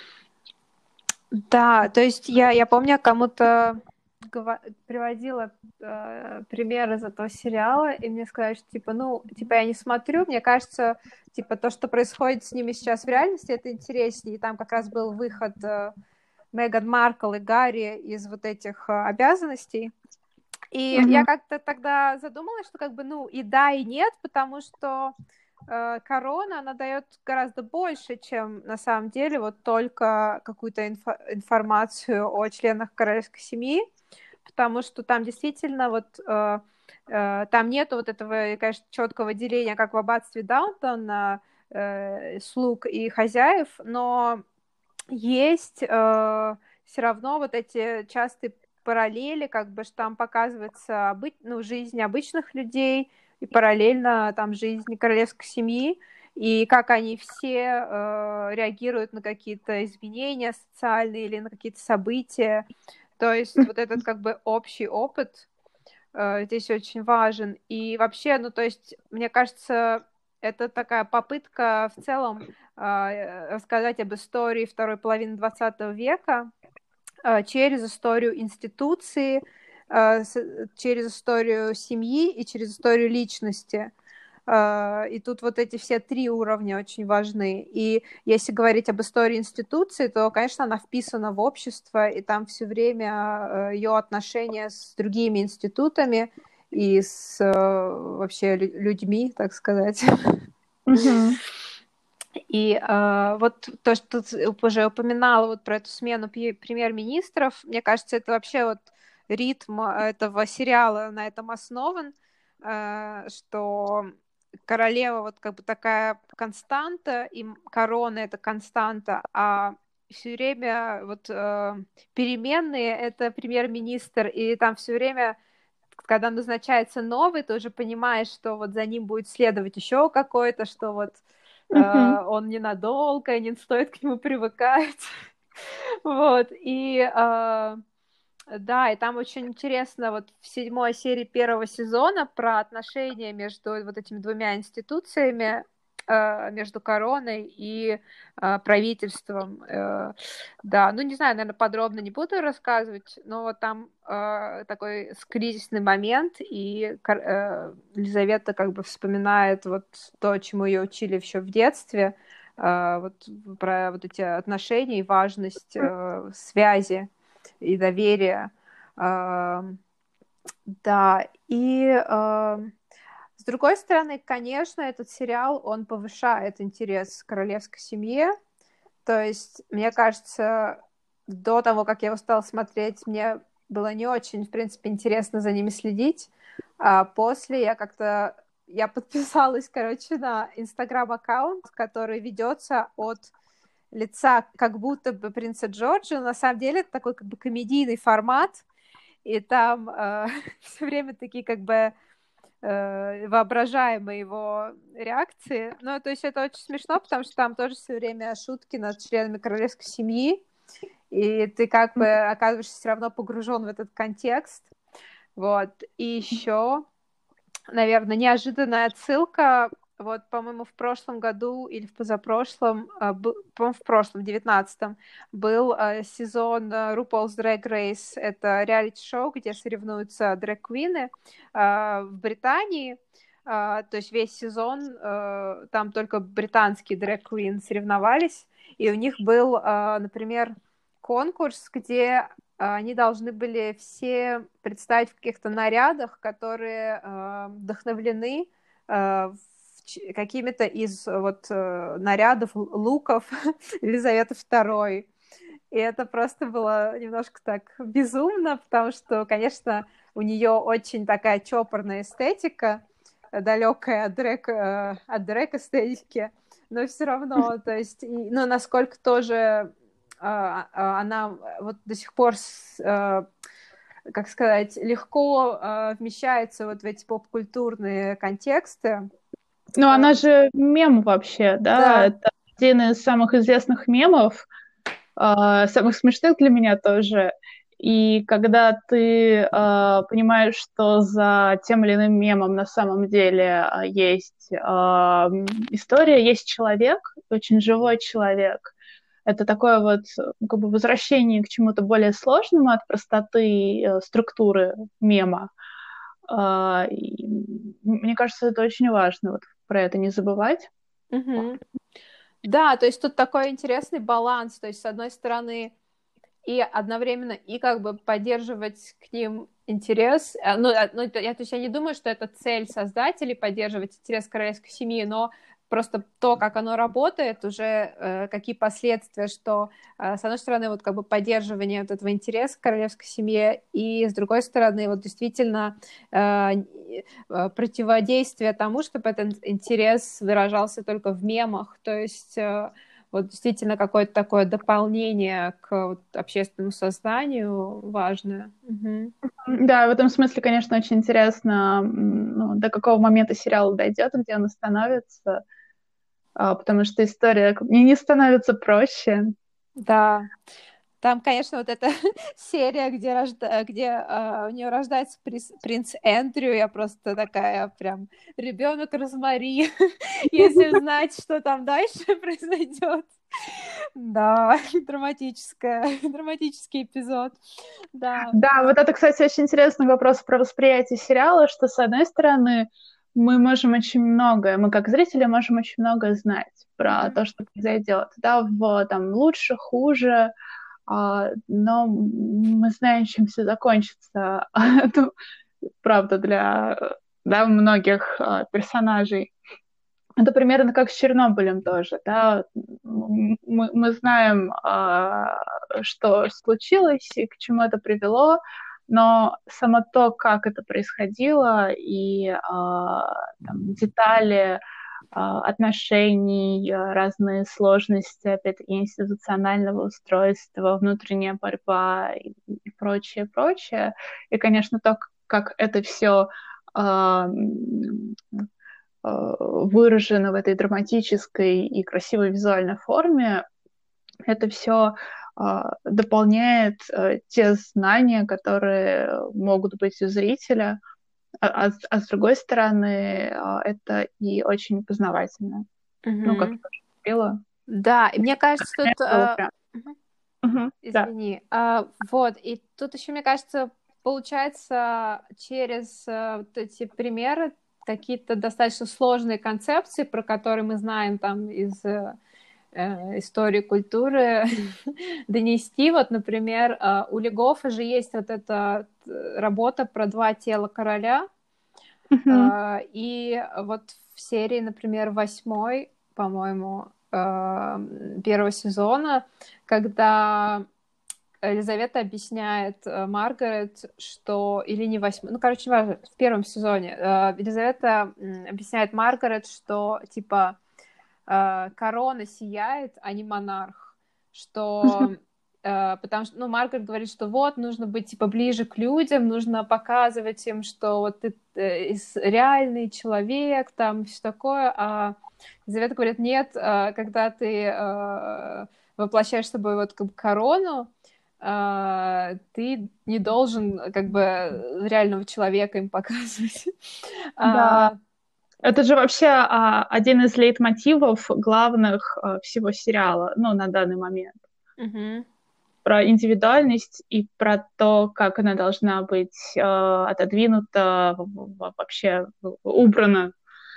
A: Да, то есть я, я помню, кому-то приводила э, пример из этого сериала, и мне сказали, что, типа, ну, типа, я не смотрю, мне кажется, типа, то, что происходит с ними сейчас в реальности, это интереснее, и там как раз был выход э, Меган Маркл и Гарри из вот этих э, обязанностей, и mm-hmm. я как-то тогда задумалась, что, как бы, ну, и да, и нет, потому что э, корона, она дает гораздо больше, чем на самом деле вот только какую-то инфо- информацию о членах королевской семьи, потому что там действительно вот э, э, там нету вот этого, конечно, четкого деления, как в аббатстве Даунтон на э, слуг и хозяев, но есть э, все равно вот эти частые параллели, как бы, что там показывается обы- ну, жизнь обычных людей и параллельно там жизнь королевской семьи, и как они все э, реагируют на какие-то изменения социальные или на какие-то события. То есть вот этот как бы общий опыт э, здесь очень важен. И вообще, ну то есть, мне кажется, это такая попытка в целом э, рассказать об истории второй половины двадцатого века э, через историю институции, э, с, через историю семьи и через историю личности. И тут вот эти все три уровня очень важны. И если говорить об истории институции, то, конечно, она вписана в общество, и там все время ее отношения с другими институтами и с вообще людьми, так сказать.
B: Mm-hmm.
A: И э, вот то, что ты уже упоминала вот про эту смену премьер-министров, мне кажется, это вообще вот ритм этого сериала на этом основан, э, что королева вот как бы такая константа, и корона — это константа, а все время вот э, переменные — это премьер-министр, и там все время, когда назначается новый, ты уже понимаешь, что вот за ним будет следовать еще какой-то, что вот
B: Mm-hmm.
A: э, он ненадолго, не стоит к нему привыкать. Вот, и э, да, и там очень интересно вот в седьмой серии первого сезона про отношения между вот этими двумя институциями, э, между короной и э, правительством. Э, да, ну не знаю, наверное, подробно не буду рассказывать, но вот там э, такой кризисный момент, и э, Елизавета как бы вспоминает вот то, чему ее учили еще в детстве, э, вот про вот эти отношения и важность э, связи и доверия. Э, да, и э, с другой стороны, конечно, этот сериал, он повышает интерес к королевской семье. То есть, мне кажется, до того, как я его стала смотреть, мне было не очень, в принципе, интересно за ними следить. А после я как-то... Я подписалась, короче, на инстаграм-аккаунт, который ведется от лица как будто бы принца Джорджа. На самом деле это такой как бы комедийный формат, и там э, все время такие как бы э, воображаемые его реакции. Ну, то есть это очень смешно, потому что там тоже все время шутки над членами королевской семьи, и ты как бы оказываешься все равно погружен в этот контекст. Вот. И еще, наверное, неожиданная отсылка. Вот, по-моему, в прошлом году или в позапрошлом, по-моему, в прошлом, в девятнадцатом, был сезон RuPaul's Drag Race. Это реалити-шоу, где соревнуются дрэг-квины в Британии. То есть весь сезон там только британские дрэг-квины соревновались. И у них был, например, конкурс, где они должны были все представить в каких-то нарядах, которые вдохновлены какими-то из вот нарядов, луков Елизаветы второй. И это просто было немножко так безумно, потому что, конечно, у нее очень такая чопорная эстетика, далекая от дрэк, от дрэк эстетики, но все равно, то есть, ну, насколько тоже она вот до сих пор, как сказать, легко вмещается вот в эти поп-культурные контексты.
B: Ну, она же мем вообще, да?
A: Да.
B: Это один из самых известных мемов, э, самых смешных для меня тоже. И когда ты э, понимаешь, что за тем или иным мемом на самом деле есть э, история, есть человек, очень живой человек, это такое вот как бы возвращение к чему-то более сложному от простоты э, структуры мема. Э, и, мне кажется, это очень важно, вот про это не забывать.
A: Угу. Да, то есть тут такой интересный баланс, то есть с одной стороны и одновременно и как бы поддерживать к ним интерес, ну, ну я, то есть я не думаю, что это цель создателей поддерживать интерес к королевской семьи, но просто то, как оно работает, уже э, какие последствия, что, э, с одной стороны, вот как бы поддерживание вот этого интереса к королевской семье, и с другой стороны, вот действительно э, противодействие тому, чтобы этот интерес выражался только в мемах, то есть э, вот действительно какое-то такое дополнение к вот, общественному сознанию важное. Угу.
B: Да, в этом смысле, конечно, очень интересно, ну, до какого момента сериал дойдет, где он остановится, потому что история не, не становится проще.
A: Да. Там, конечно, вот эта серия, где, рожда... где э, у нее рождается принц... принц Эндрю, я просто такая прям ребенок Розмари, если знать, что там дальше произойдет. Да, драматическая, драматический эпизод. Да.
B: Да, вот это, кстати, очень интересный вопрос про восприятие сериала, что, с одной стороны, мы можем очень многое, мы как зрители можем очень многое знать про mm-hmm. то, что произойдет, да, в там лучше, хуже, а, но мы знаем, чем все закончится. Это правда для, да, многих а, персонажей. Это примерно как с Чернобылем тоже, да. Мы, мы знаем, а, что случилось и к чему это привело, но само то, как это происходило, и а, там, детали а, отношений, разные сложности, опять-таки, институционального устройства, внутренняя борьба и, и прочее, прочее. И, конечно, то, как это все а, выражено в этой драматической и красивой визуальной форме, это все uh, дополняет uh, те знания, которые могут быть у зрителя, а, а, а с другой стороны, uh, это и очень познавательно. Mm-hmm. Ну, как я уже говорила.
A: Да, и мне кажется, тут... Uh...
B: Прям... Uh-huh.
A: Извини. Да. Uh, вот, и тут еще, мне кажется, получается, через uh, вот эти примеры какие-то достаточно сложные концепции, про которые мы знаем там из э, истории культуры, донести. Вот, например, э, у Легофа же есть вот эта работа про два тела короля, mm-hmm. э, и вот в серии, например, восьмой, по-моему, э, первого сезона, когда Елизавета объясняет э, Маргарет, что... Или не восьмой... Ну, короче, важно, в первом сезоне э, Елизавета э, объясняет Маргарет, что, типа, э, корона сияет, а не монарх. Что... Э, потому что, ну, Маргарет говорит, что вот, нужно быть, типа, ближе к людям, нужно показывать им, что вот ты э, реальный человек, там, все такое. А Елизавета говорит, нет, э, когда ты э, воплощаешь с собой вот как бы корону, Uh, ты не должен как бы реального человека им показывать.
B: Да. Uh... Это же вообще uh, один из лейтмотивов главных uh, всего сериала, ну, на данный момент.
A: Uh-huh.
B: Про индивидуальность и про то, как она должна быть uh, отодвинута, вообще убрана.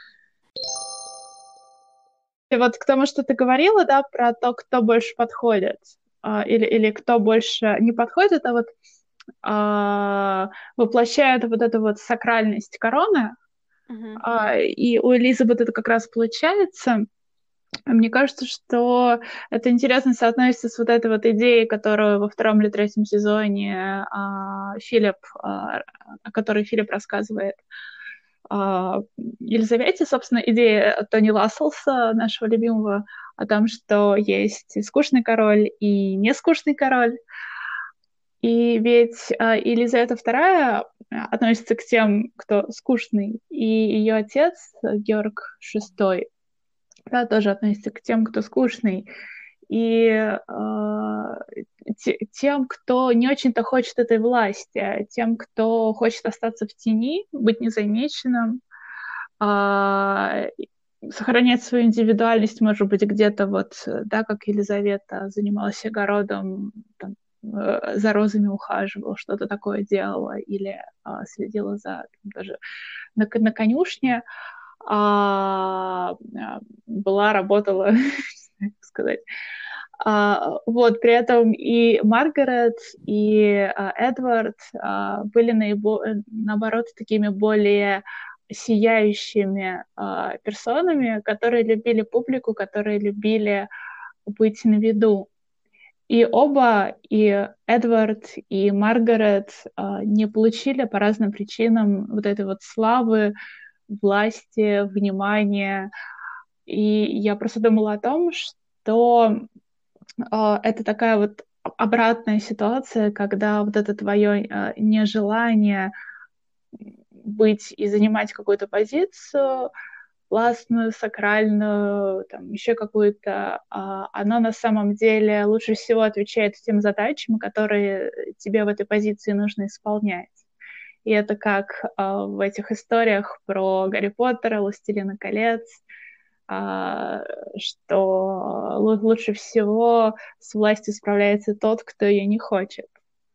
B: И вот к тому, что ты говорила, да, про то, кто больше подходит. Или, или кто больше не подходит, а вот а, воплощает вот эту вот сакральность короны. Uh-huh. А, и у Элизабет это как раз получается. Мне кажется, что это интересно соотносится с вот этой вот идеей, которую во втором или третьем сезоне а, Филипп, а, о которой Филипп рассказывает а, Елизавете, собственно, идея Тони Ласселса, нашего любимого, о том, что есть и скучный король, и нескучный король. И ведь э, Елизавета вторая относится к тем, кто скучный, и ее отец, Георг шестой, да, тоже относится к тем, кто скучный. И э, те, тем, кто не очень-то хочет этой власти, тем, кто хочет остаться в тени, быть незамеченным, э, сохранять свою индивидуальность, может быть, где-то вот, да, как Елизавета занималась огородом, там, за розами ухаживала, что-то такое делала, или а, следила за там, даже на, на конюшне, а, была, работала, как сказать. А, вот, при этом и Маргарет, и а, Эдвард а, были наибо... наоборот такими более сияющими э, персонами, которые любили публику, которые любили быть на виду. И оба, и Эдвард, и Маргарет э, не получили по разным причинам вот этой вот славы, власти, внимания. И я просто думала о том, что э, это такая вот обратная ситуация, когда вот это твое э, нежелание быть и занимать какую-то позицию, властную, сакральную, там, еще какую-то, а, оно на самом деле лучше всего отвечает тем задачам, которые тебе в этой позиции нужно исполнять. И это как а, в этих историях про Гарри Поттера, Властелина колец, а, что лу- лучше всего с властью справляется тот, кто ее не хочет.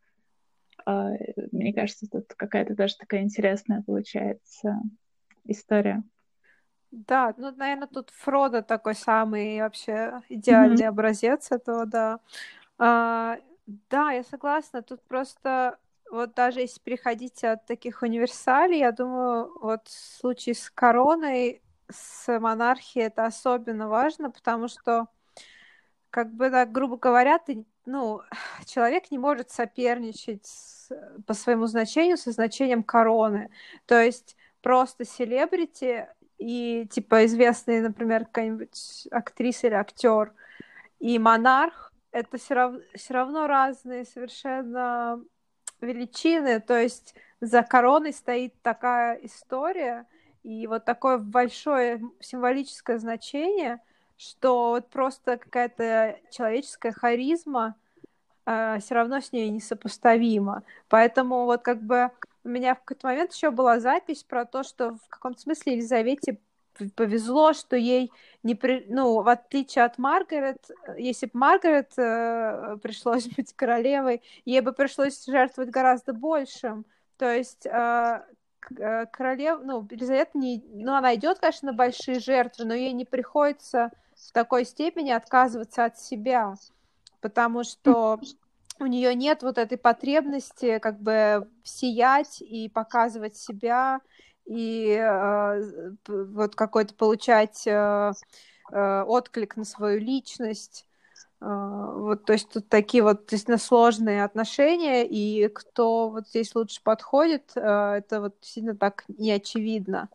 B: А, мне кажется, тут какая-то даже такая интересная получается история.
A: Да, ну, наверное, тут Фродо такой самый вообще идеальный
B: Mm-hmm.
A: образец этого, да. А, да, я согласна. Тут просто вот даже если переходить от таких универсалей, я думаю, вот в случае с короной, с монархией это особенно важно, потому что, как бы, так, грубо говоря, ты, ну, человек не может соперничать с- по своему значению со значением короны. То есть просто селебрити и, типа, известные, например, какая-нибудь актриса или актер и монарх это все равно, все равно разные совершенно величины. То есть за короной стоит такая история и вот такое большое символическое значение, что вот просто какая-то человеческая харизма э, все равно с ней несопоставима. Поэтому вот как бы у меня в какой-то момент еще была запись про то, что в каком-то смысле Елизавете повезло, что ей не при... ну, в отличие от Маргарет, если бы Маргарет э, пришлось быть королевой, ей бы пришлось жертвовать гораздо большим. То есть э, королева, ну, Елизавета не... ну, она идет, конечно, на большие жертвы, но ей не приходится в такой степени отказываться от себя, потому что у нее нет вот этой потребности как бы сиять и показывать себя, и э, вот какой-то получать э, э, отклик на свою личность. Э, вот, то есть тут такие вот действительно сложные отношения, и кто вот здесь лучше подходит, э, это вот сильно так не очевидно.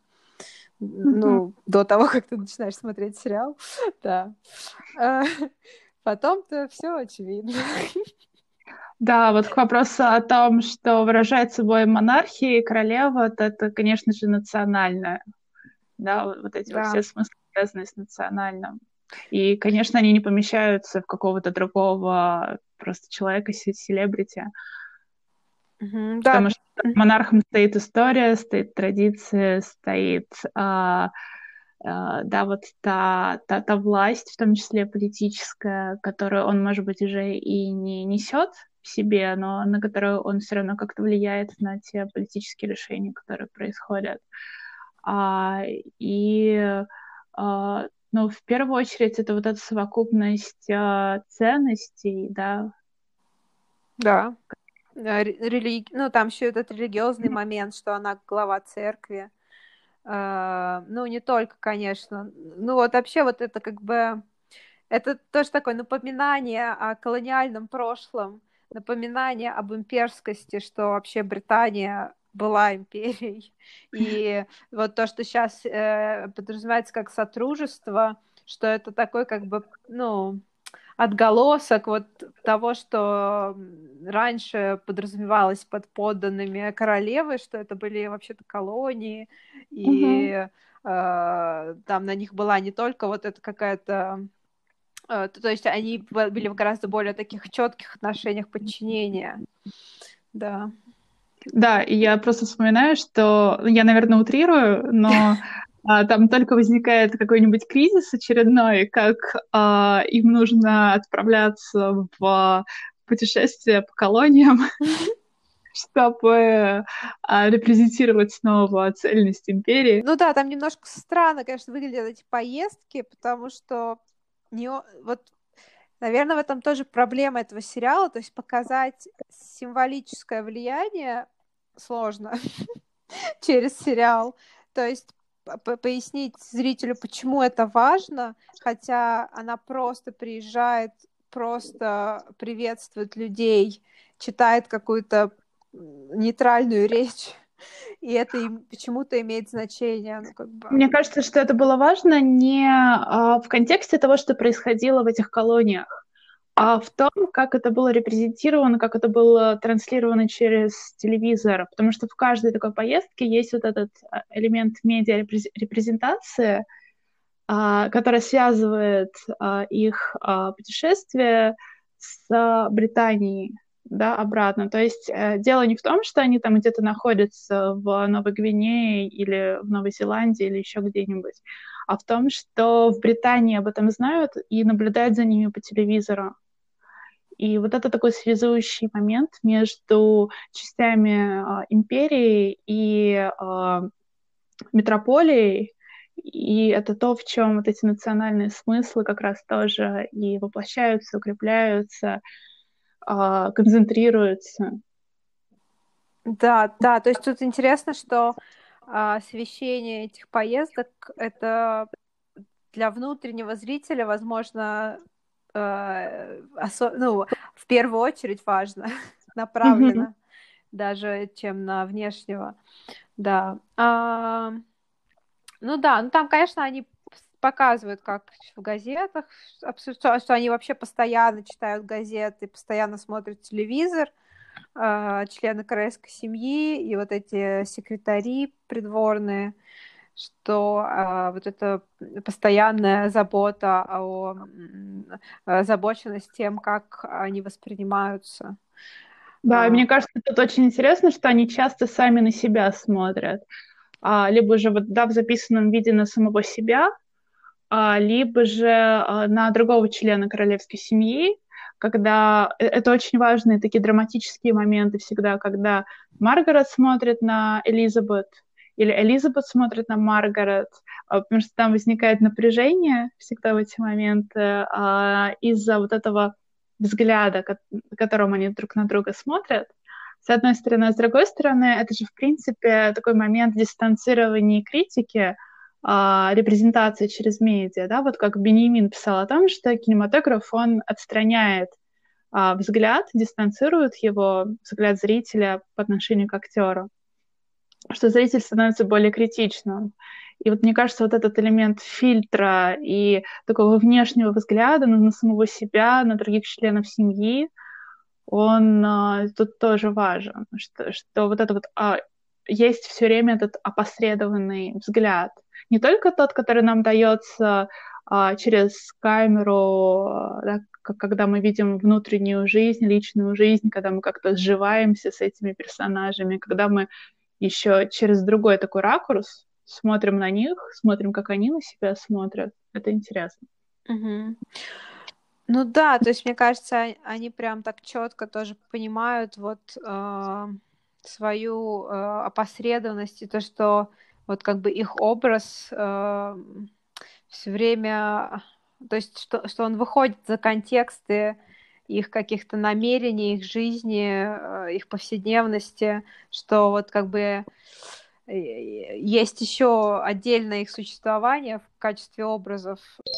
A: Ну, до того, как ты начинаешь смотреть сериал, да. Потом-то все очевидно.
B: Да, вот к вопросу о том, что выражает собой монархия и королева, то это, конечно же, национальное. Да, вот вот эти вот
A: Да.
B: все смыслы, связанные с национальным. И, конечно, они не помещаются в какого-то другого просто человека, се- селебрити,
A: Мгм, да.
B: потому что монархом стоит история, стоит традиция, стоит, а, а, да, вот та, та, та власть, в том числе политическая, которую он, может быть, уже и не несет в себе, но на которую он все равно как-то влияет на те политические решения, которые происходят. А, и, а, ну, в первую очередь, это вот эта совокупность а, ценностей, да.
A: Да. Э, ре- религ- Ну, там еще этот религиозный момент, что она глава церкви. Э, Ну, не только, конечно. Ну, вот вообще вот это как бы... Это тоже такое напоминание о колониальном прошлом, напоминание об имперскости, что вообще Британия была империей. И вот то, что сейчас э, подразумевается как сотрудничество, что это такой как бы, ну, отголосок вот того, что раньше подразумевалось под подданными королевы, что это были вообще-то колонии,
B: Мгм.
A: и э, там на них была не только вот эта какая-то... э, то, то есть они б- были в гораздо более таких четких отношениях подчинения. Да.
B: Да, и я просто вспоминаю, что ну, я, наверное, утрирую, но а, там только возникает какой-нибудь кризис очередной, как а, им нужно отправляться в путешествие по колониям, чтобы а, репрезентировать снова цельность империи.
A: Ну да, там немножко странно, конечно, выглядят эти поездки, потому что не, о- вот, наверное, в этом тоже проблема этого сериала, то есть показать символическое влияние сложно через сериал. то есть по- пояснить зрителю, почему это важно, хотя она просто приезжает, просто приветствует людей, читает какую-то нейтральную речь, и это им почему-то имеет значение, ну, как бы.
B: Мне кажется, что это было важно не а, в контексте того, что происходило в этих колониях, а в том, как это было репрезентировано, как это было транслировано через телевизор. Потому что в каждой такой поездке есть вот этот а, элемент медиа-репрезентации, а, который связывает а, их а, путешествие с а, Британией, да, обратно. То есть э, дело не в том, что они там где-то находятся в Новой Гвинее или в Новой Зеландии или еще где-нибудь, а в том, что в Британии об этом знают и наблюдают за ними по телевизору. И вот это такой связующий момент между частями а, империи и а, метрополией, и это то, в чем вот эти национальные смыслы как раз тоже и воплощаются, укрепляются, а, концентрируются.
A: Да, да, то есть тут интересно, что а, освещение этих поездок это для внутреннего зрителя, возможно, э, осо- ну, в первую очередь важно,
B: Мгм.
A: направлено, даже чем на внешнего. Да. А, ну да, ну там, конечно, они показывают, как в газетах, абсо- что что они вообще постоянно читают газеты, постоянно смотрят телевизор, а, члены королевской семьи и вот эти секретари придворные, что а, вот эта постоянная забота о м, озабоченность тем, как они воспринимаются.
B: Да, и
A: А,
B: мне кажется, тут очень интересно, что они часто сами на себя смотрят. А, либо же вот, да, в записанном виде на самого себя, а, либо же а, на другого члена королевской семьи, когда э- это очень важные такие драматические моменты всегда, когда Маргарет смотрит на Элизабет, или Элизабет смотрит на Маргарет, а, потому что там возникает напряжение всегда в эти моменты а, из-за вот этого взгляда, ко- которым они друг на друга смотрят. С одной стороны, а с другой стороны, это же, в принципе, такой момент дистанцирования и критики, а, репрезентации через медиа, да, вот как Беньямин писал о том, что кинематограф, он отстраняет а, взгляд, дистанцирует его, взгляд зрителя по отношению к актеру, что зритель становится более критичным. И вот мне кажется, вот этот элемент фильтра и такого внешнего взгляда на, на самого себя, на других членов семьи, он а, тут тоже важен, что, что вот это вот а, есть все время этот опосредованный взгляд. Не только тот, который нам дается а, через камеру, а, да, к- когда мы видим внутреннюю жизнь, личную жизнь, когда мы как-то сживаемся с этими персонажами, когда мы еще через другой такой ракурс смотрим на них, смотрим, как они на себя смотрят. Это интересно.
A: мгм. Ну да, то есть мне кажется, о- они прям так четко тоже понимают вот а, свою а, опосредованность и то, что вот как бы их образ все время, то есть что, что он выходит за контексты их каких-то намерений, их жизни, э, их повседневности, что вот как бы э, есть еще отдельное их существование в качестве образов.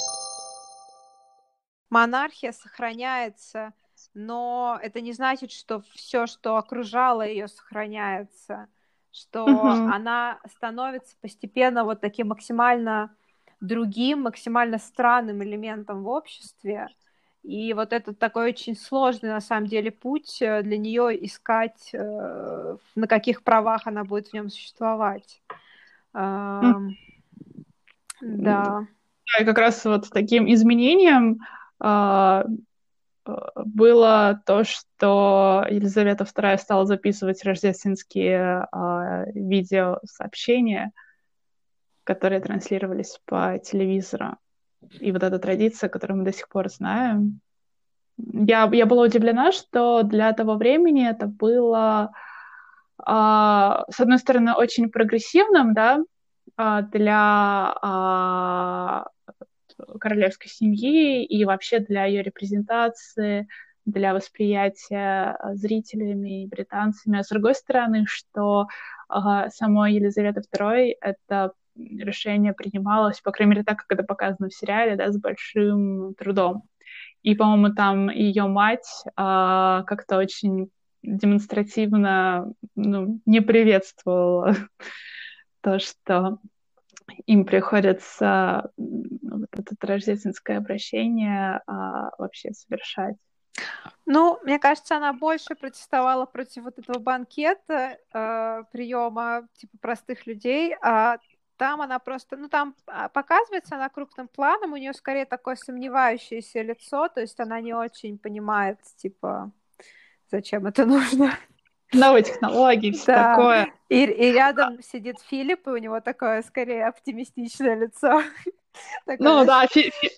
A: Монархия сохраняется, но это не значит, что все, что окружало ее, сохраняется, что
B: Мгм.
A: она становится постепенно вот таким максимально другим, максимально странным элементом в обществе. И вот это такой очень сложный, на самом деле, путь э, для нее искать, э, на каких правах она будет в нем существовать. Ам,
B: М,
A: Да.
B: Да, и как раз вот таким изменением а, э, было то, что Елизавета вторая стала записывать рождественские а, видеосообщения, которые транслировались по телевизору. И вот эта традиция, которую мы до сих пор знаем. Я, я была удивлена, что для того времени это было, а, с одной стороны, очень прогрессивным, да, а, для а, королевской семьи и вообще для ее репрезентации, для восприятия зрителями и британцами, а с другой стороны, что э, самой Елизаветы второй это решение принималось, по крайней мере, так, как это показано в сериале, да, с большим трудом. И, по-моему, там ее мать э, как-то очень демонстративно ну, не приветствовала то, что им приходится вот это рождественское обращение а, вообще совершать.
A: Ну, мне кажется, она больше протестовала против вот этого банкета, э, приема типа простых людей, а там она просто, ну там показывается она крупным планом, у нее скорее такое сомневающееся лицо, то есть она не очень понимает, типа, зачем это нужно.
B: Новые технологии, все
A: да.
B: такое.
A: И, и рядом сидит Филипп, и у него такое скорее оптимистичное лицо.
B: Ну да,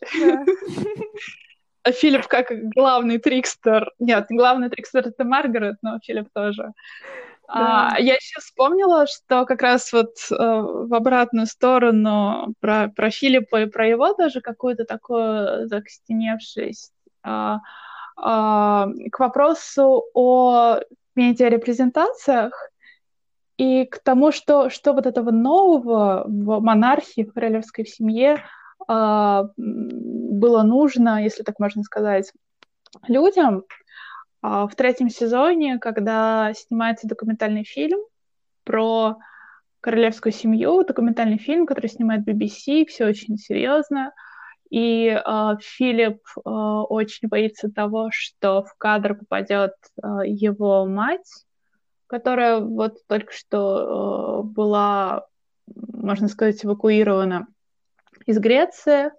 B: Филипп как главный трикстер. Нет, главный трикстер это Маргарет, но Филипп тоже. Да. А, я сейчас вспомнила, что как раз вот э, в обратную сторону про, про Филиппа и про его даже какую-то такую закостеневшесть. А, а, к вопросу о медиарепрезентациях и к тому, что, что вот этого нового в монархии, в королевской семье а, было нужно, если так можно сказать, людям. В третьем сезоне, когда снимается документальный фильм про королевскую семью, документальный фильм, который снимает би би си, все очень серьезно, и э, Филипп э, очень боится того, что в кадр попадет э, его мать, которая вот только что э, была, можно сказать, эвакуирована из Греции.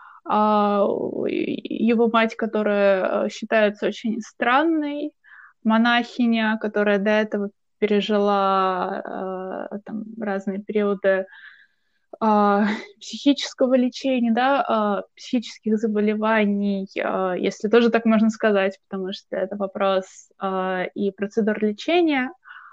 B: Его мать, которая считается очень странной, монахиня, которая до этого пережила там, разные периоды психического лечения, да, психических заболеваний, если тоже так можно сказать, потому что это вопрос и процедур лечения.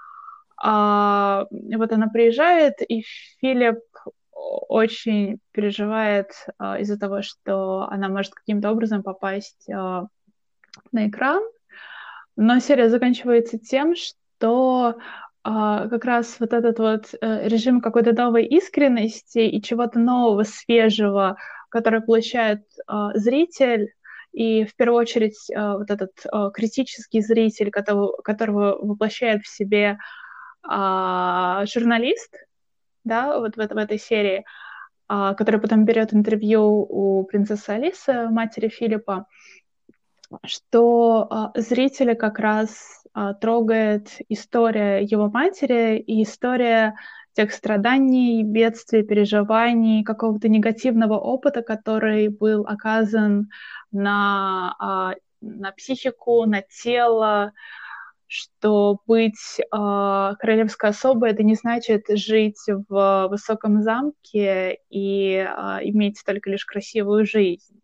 B: Вот она приезжает, и Филипп очень переживает э, из-за того, что она может каким-то образом попасть э, на экран. Но серия заканчивается тем, что э, как раз вот этот вот э, режим какой-то новой искренности и чего-то нового, свежего, которое получает э, зритель, и в первую очередь э, вот этот э, критический зритель, которого, которого воплощает в себе э, журналист, да, вот в, в этой серии, а, который потом берет интервью у принцессы Алисы, матери Филиппа, что а, зрителя как раз а, трогает история его матери и история тех страданий, бедствий, переживаний, какого-то негативного опыта, который был оказан на, а, на психику, на тело, что быть э, королевской особой это не значит жить в высоком замке и э, иметь только лишь красивую жизнь,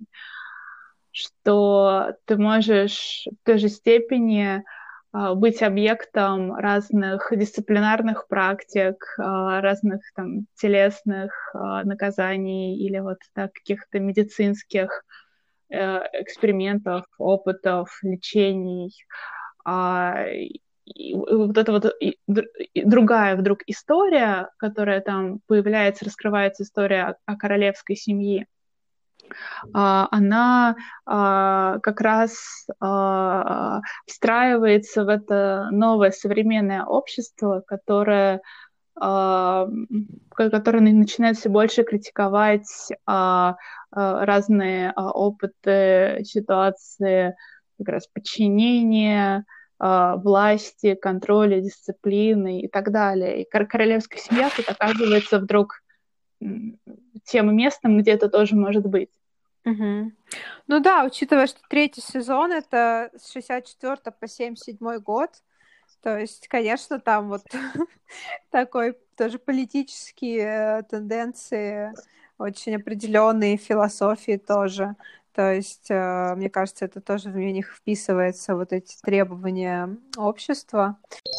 B: что ты можешь в той же степени э, быть объектом разных дисциплинарных практик, э, разных там телесных э, наказаний или вот так, каких-то медицинских э, экспериментов, опытов, лечений. А, и вот эта вот и, и другая вдруг история, которая там появляется, раскрывается история о, о королевской семье, а, она а, как раз а, встраивается в это новое современное общество, которое, а, которое начинает все больше критиковать а, а, разные а, опыты, ситуации, как раз подчинения, власти, контроля, дисциплины и так далее. И королевская семья тут оказывается вдруг тем местом, где это тоже может быть.
A: Угу. Ну да, учитывая, что третий сезон это с шестьдесят четвёртого по семьдесят седьмой год, то есть, конечно, там вот такой тоже политические тенденции, очень определенные философии тоже. То есть, мне кажется, это тоже в них вписывается, вот эти требования общества.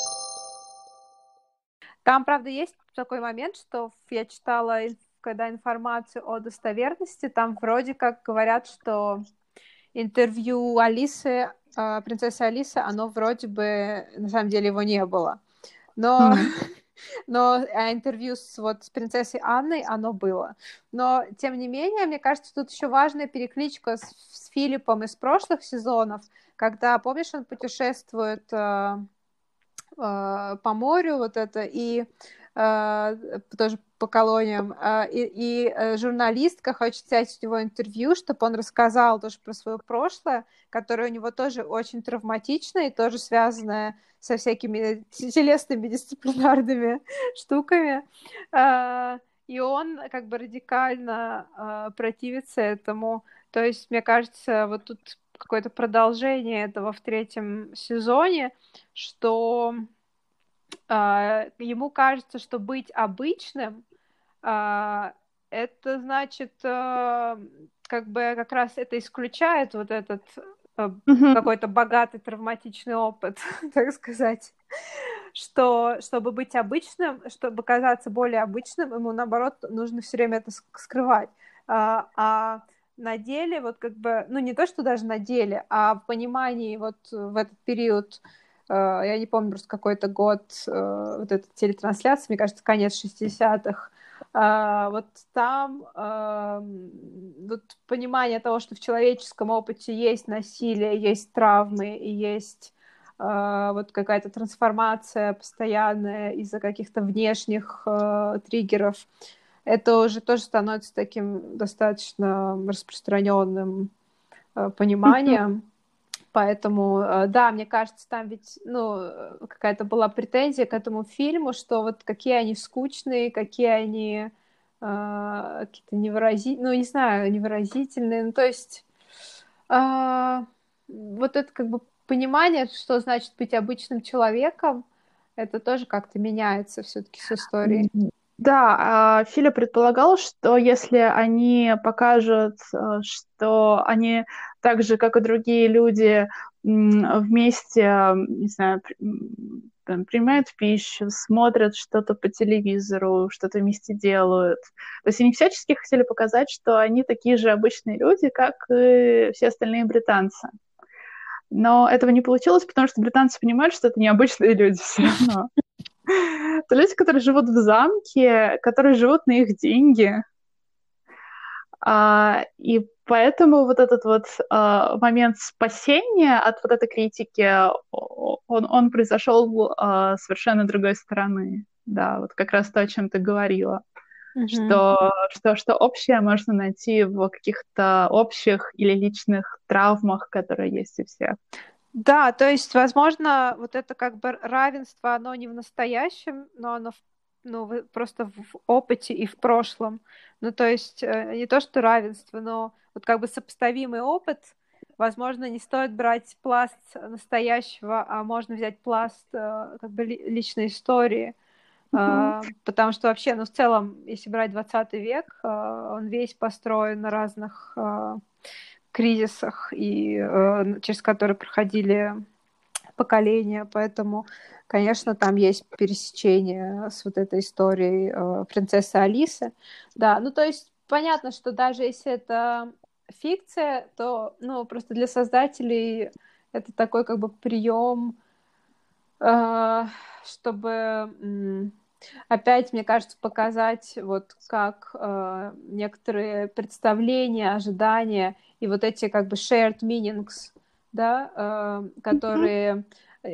A: Там, правда, есть такой момент, что я читала, когда информацию о достоверности, там вроде как говорят, что интервью Алисы э, принцессы Алисы, оно вроде бы, на самом деле, его не было. Но,
B: Mm.
A: но а интервью с, вот, с принцессой Анной, оно было. Но, тем не менее, мне кажется, тут еще важная перекличка с, с Филиппом из прошлых сезонов, когда, помнишь, он путешествует э, э, по морю, вот это, и э, тоже по колониям, э, и, и э, журналистка хочет взять у него интервью, чтобы он рассказал тоже про свое прошлое, которое у него тоже очень травматичное и тоже связанное со всякими телесными дисциплинарными штуками. Э, и он как бы радикально э, противится этому. То есть, мне кажется, вот тут какое-то продолжение этого в третьем сезоне, что э, ему кажется, что быть обычным э, это значит э, как бы как раз это исключает вот этот э,
B: Mm-hmm.
A: какой-то богатый травматичный опыт, так сказать, что чтобы быть обычным, чтобы казаться более обычным, ему наоборот нужно все время это скрывать, а, а на деле вот как бы, ну не то, что даже на деле, а в понимании вот в этот период, э, я не помню просто какой-то год, э, вот эта телетрансляция, мне кажется, конец шестидесятых, э, вот там э, вот понимание того, что в человеческом опыте есть насилие, есть травмы и есть э, вот какая-то трансформация постоянная из-за каких-то внешних э, триггеров, это уже тоже становится таким достаточно распространенным э, пониманием. Поэтому, э, да, мне кажется, там ведь, ну, какая-то была претензия к этому фильму, что вот какие они скучные, какие они э, какие-то невыразительные, ну, не знаю, невыразительные, ну, то есть э, вот это как бы понимание, что значит быть обычным человеком, это тоже как-то меняется все-таки с историей.
B: Да, а, Филя предполагал, что если они покажут, э, что они так же, как и другие люди, м, вместе, м, не знаю, при- м, там, принимают пищу, смотрят что-то по телевизору, что-то вместе делают. То есть они всячески хотели показать, что они такие же обычные люди, как и все остальные британцы. Но этого не получилось, потому что британцы понимают, что это необычные люди все равно. Это люди, которые живут в замке, которые живут на их деньги. А, и поэтому вот этот вот а, момент спасения от вот этой критики, он, он произошел а, совершенно другой стороны. Да, вот как раз то, о чем ты говорила.
A: Mm-hmm.
B: Что, что, что общее можно найти в каких-то общих или личных травмах, которые есть у всех.
A: Да, то есть, возможно, вот это как бы равенство, оно не в настоящем, но оно в, ну, в, просто в опыте и в прошлом. Ну, то есть, э, не то, что равенство, но вот как бы сопоставимый опыт. Возможно, не стоит брать пласт настоящего, а можно взять пласт э, как бы ли, личной истории.
B: Mm-hmm.
A: Э, потому что вообще, ну, в целом, если брать двадцатый век, э, он весь построен на разных... Э, кризисах, и э, через которые проходили поколения, поэтому, конечно, там есть пересечение с вот этой историей э, принцессы Алисы. Да, ну то есть понятно, что даже если это фикция, то, ну, просто для создателей это такой как бы прием, э, чтобы м, опять, мне кажется, показать вот как э, некоторые представления, ожидания и вот эти как бы shared meanings, да, э, которые, э,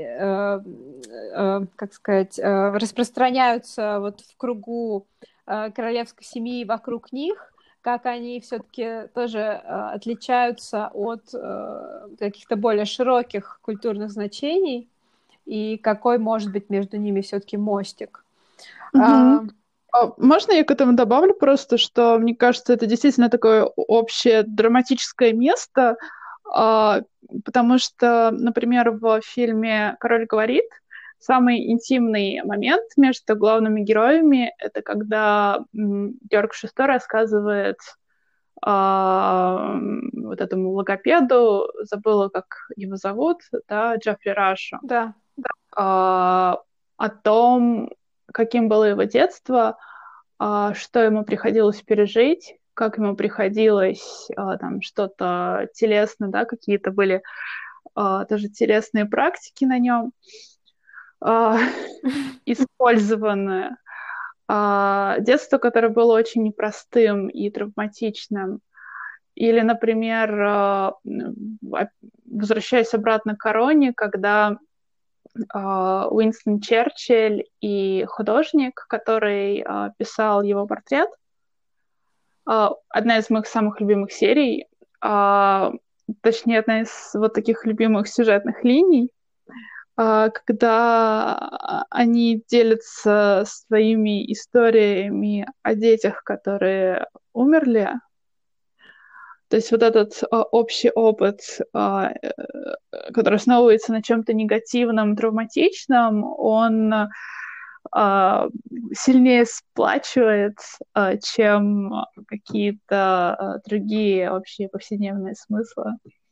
A: э, как сказать, э, распространяются вот в кругу э, королевской семьи вокруг них, как они все-таки тоже э, отличаются от э, каких-то более широких культурных значений, и какой может быть между ними все-таки мостик.
B: Mm-hmm.
A: А...
B: Можно я к этому добавлю просто, что мне кажется, это действительно такое общее драматическое место, потому что, например, в фильме «Король говорит» самый интимный момент между главными героями — это когда Георг шестой рассказывает вот этому логопеду, забыла, как его зовут, да, Джеффри Рашу,
A: да.
B: о том, каким было его детство, что ему приходилось пережить, как ему приходилось там что-то телесно, да, какие-то были э, тоже телесные практики на нем э, использованы. Э, детство, которое было очень непростым и травматичным. Или, например, э, возвращаясь обратно к короне, когда э, Уинстон Черчилль и художник, который э, писал его портрет, э, одна из моих самых любимых серий, э, точнее, одна из вот таких любимых сюжетных линий, э, когда они делятся своими историями о детях, которые умерли. То есть вот этот а, общий опыт, а, который основывается на чем-то негативном, травматичном, он а, сильнее сплачивает, а, чем какие-то а, другие вообще повседневные смыслы.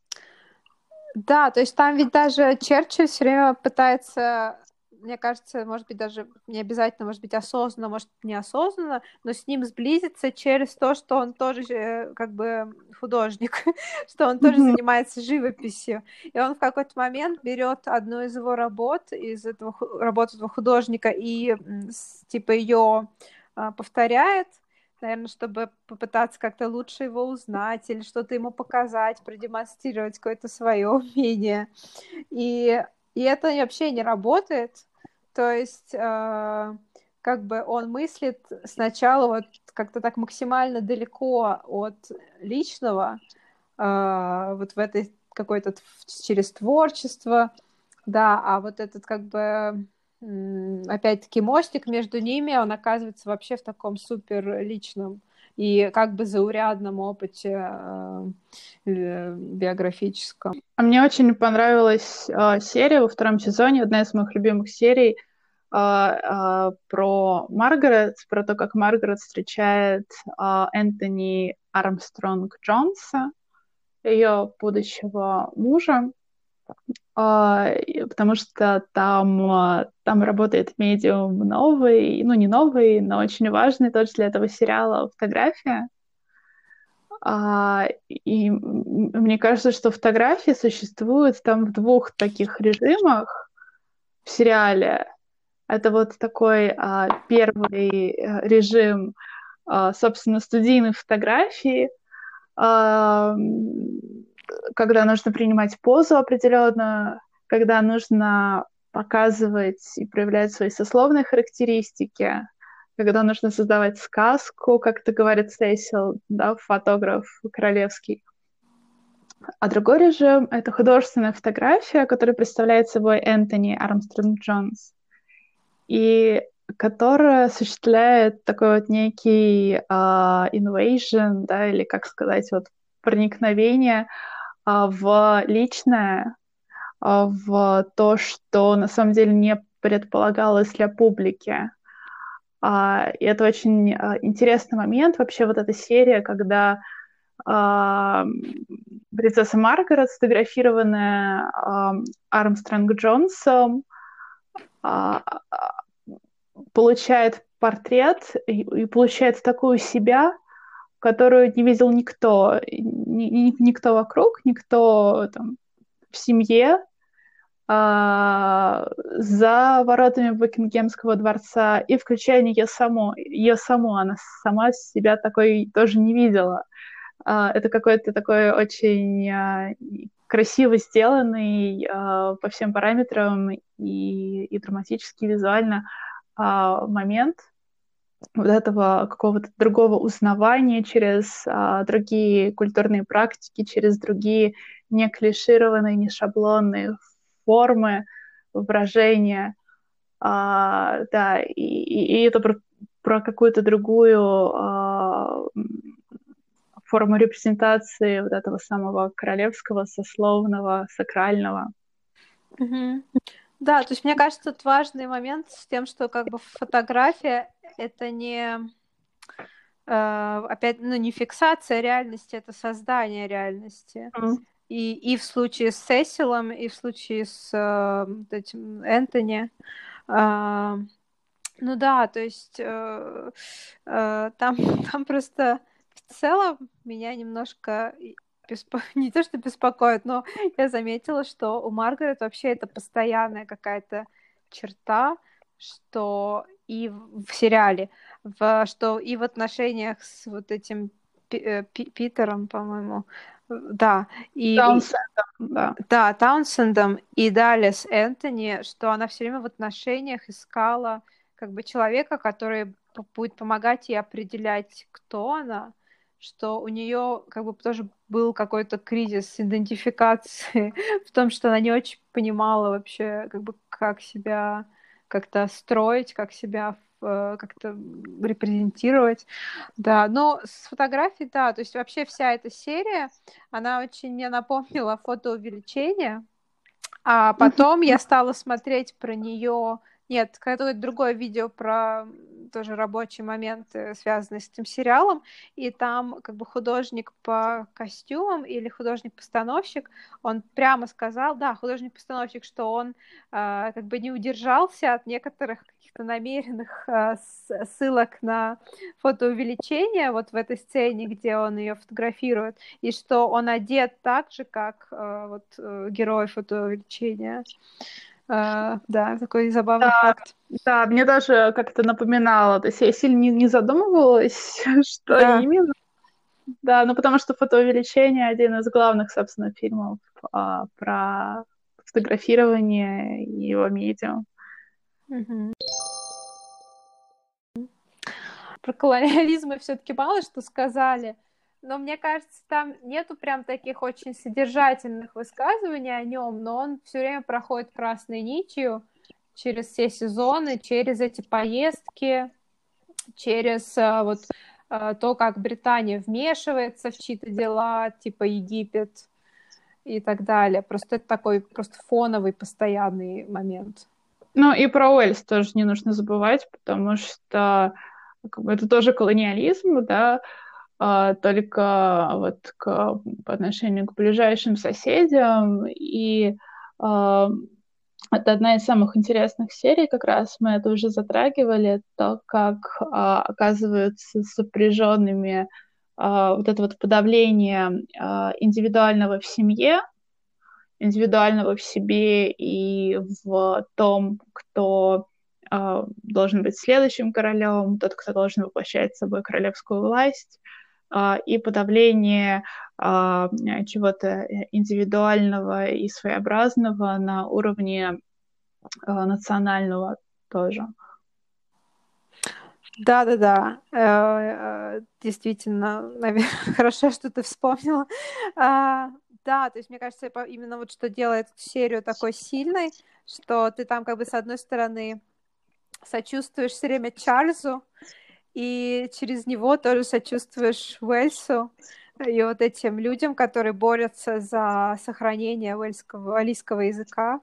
A: Да, то есть там ведь даже Черчилль все время пытается, мне кажется, может быть, даже не обязательно, может быть, осознанно, может, неосознанно, но с ним сблизиться через то, что он тоже э, как бы художник, что он тоже
B: Мгм.
A: занимается живописью. И он в какой-то момент берет одну из его работ, из этого ху- работы этого художника, и м, с- типа ее повторяет, наверное, чтобы попытаться как-то лучше его узнать или что-то ему показать, продемонстрировать какое-то свое умение. И, и это вообще не работает. То есть э, как бы он мыслит сначала вот как-то так максимально далеко от личного, э, вот в этой какой-то через творчество, да, а вот этот как бы опять-таки мостик между ними, он оказывается вообще в таком супер личном и как бы заурядном опыте э, биографическом.
B: А мне очень понравилась э, серия во втором сезоне, одна из моих любимых серий, э, э, про Маргарет, про то, как Маргарет встречает э, Энтони Армстронг Джонса, ее будущего мужа. Потому что там, там работает медиум новый, ну не новый, но очень важный тоже для этого сериала фотография. И мне кажется, что фотографии существуют там в двух таких режимах в сериале. Это вот такой первый режим, собственно, студийной фотографии, когда нужно принимать позу определенную, когда нужно показывать и проявлять свои сословные характеристики, когда нужно создавать сказку, как это говорит Сесил, да, фотограф королевский. А другой режим — это художественная фотография, которая представляет собой Энтони Армстронг Джонс, и которая осуществляет такой вот некий uh, invasion, да, или, как сказать, вот проникновение uh, в личное, uh, в то, что на самом деле не предполагалось для публики. Uh, и это очень uh, интересный момент, вообще вот эта серия, когда uh, принцесса Маргарет, сфотографированная uh, Армстронг Джонсом, uh, получает портрет и, и получает такую себя, которую не видел никто, ни, ни, никто вокруг, никто там в семье, а, за воротами Букингемского дворца, и включая ее саму. Ее саму, она сама себя такой тоже не видела. А, это какой-то такой очень а, красиво сделанный а, по всем параметрам и, и драматически, и визуально а, момент вот этого какого-то другого узнавания через а, другие культурные практики, через другие не клишированные, не шаблонные формы выражения. А, да, и, и, и это про, про какую-то другую а, форму репрезентации вот этого самого королевского, сословного, сакрального.
A: Mm-hmm. Да, то есть мне кажется, тут важный момент с тем, что как бы фотография — это не э, опять, ну, не фиксация реальности, это создание реальности. Mm. И, и в случае с Сесилом, и в случае с э, этим Энтони. Э, ну да, то есть э, э, там, там просто в целом меня немножко беспо... не то, что беспокоит, но я заметила, что у Маргарет вообще это постоянная какая-то черта, что и в сериале, в... что и в отношениях с вот этим Пи- Пи- Питером, по-моему, да, и, и-
B: Таунсендом, да.
A: да, Таунсендом, и далее с Энтони, что она все время в отношениях искала как бы человека, который п- будет помогать ей определять, кто она, что у нее как бы тоже был какой-то кризис идентификации в том, что она не очень понимала вообще, как бы, как себя как-то строить, как себя э, как-то репрезентировать. Да, но с фотографией, да, то есть вообще вся эта серия, она очень мне напомнила фотоувеличение, а потом я стала смотреть про нее. Нет, какое-то другое видео про м, тоже рабочие моменты, связанные с этим сериалом. И там как бы художник по костюмам или художник-постановщик, он прямо сказал, да, художник-постановщик, что он э, как бы не удержался от некоторых каких-то намеренных э, с- ссылок на фотоувеличение вот в этой сцене, где он ее фотографирует, и что он одет так же, как э, вот э, герой фотоувеличения. Э, да, такой забавный
B: Да,
A: факт.
B: да, мне даже как-то напоминало. То есть я сильно не, не задумывалась, что
A: Да.
B: именно. Да, ну потому что «Фотоувеличение» — один из главных, собственно, фильмов а, про фотографирование и его медиа.
A: Мгм. Про колониализм мы все-таки мало что сказали, но мне кажется, там нету прям таких очень содержательных высказываний о нем, но он все время проходит красной нитью через все сезоны, через эти поездки, через а, вот а, то, как Британия вмешивается в чьи-то дела, типа Египет и так далее. Просто это такой просто фоновый постоянный момент.
B: Ну и про Уэльс тоже не нужно забывать, потому что как бы, это тоже колониализм, да, а, только вот к, по отношению к ближайшим соседям. И а, это одна из самых интересных серий, как раз мы это уже затрагивали, то, как а, оказываются сопряженными а, вот это вот подавление а, индивидуального в семье, индивидуального в себе и в том, кто э, должен быть следующим королем, тот, кто должен воплощать собой королевскую власть, э, и подавление э, чего-то индивидуального и своеобразного на уровне э, национального тоже.
A: Да-да-да, э, э, действительно, наверное, хорошо, что ты вспомнила. А, да, то есть мне кажется, по- именно вот что делает эту серию такой сильной, что ты там как бы с одной стороны сочувствуешь все время Чарльзу, и через него тоже сочувствуешь Уэльсу и вот этим людям, которые борются за сохранение уэльского, уэльского языка.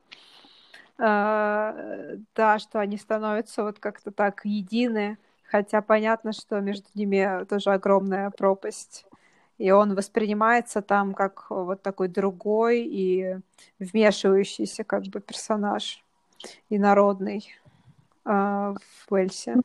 A: Э, да, что они становятся вот как-то так едины, хотя понятно, что между ними тоже огромная пропасть. И он воспринимается там как вот такой другой и вмешивающийся как бы персонаж инородный э, в Уэльсе.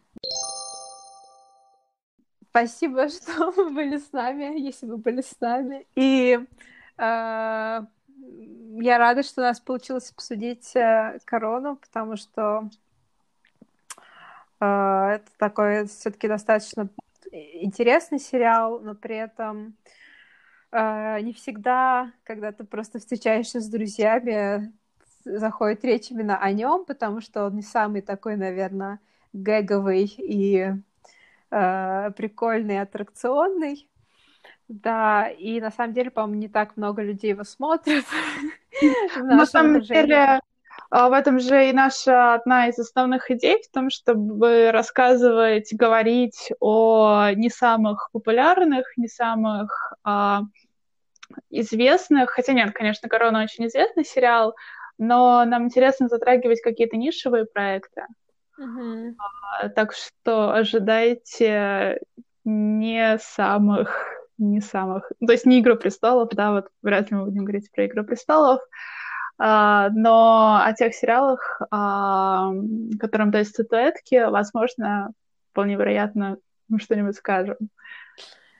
A: Спасибо, что вы были с нами, если вы были с нами. И э, я рада, что у нас получилось обсудить э, корону, потому что э, это такой все-таки достаточно интересный сериал, но при этом э, не всегда, когда ты просто встречаешься с друзьями, заходит речь именно о нем, потому что он не самый такой, наверное, гэговый и э, прикольный, аттракционный. Да, и на самом деле, по-моему, не так много людей его смотрят в
B: На
A: нашем
B: самом
A: окружении.
B: деле, а, в этом же и наша одна из основных идей, в том, чтобы рассказывать, говорить о не самых популярных, не самых а, известных, хотя нет, конечно, «Корона» очень известный сериал, но нам интересно затрагивать какие-то нишевые проекты.
A: Мгм.
B: А, Так что ожидайте не самых, не самых, то есть не «Игру престолов», да, вот вряд ли мы будем говорить про «Игру престолов», а, но о тех сериалах, а, которым дают статуэтки, возможно, вполне вероятно, мы что-нибудь скажем.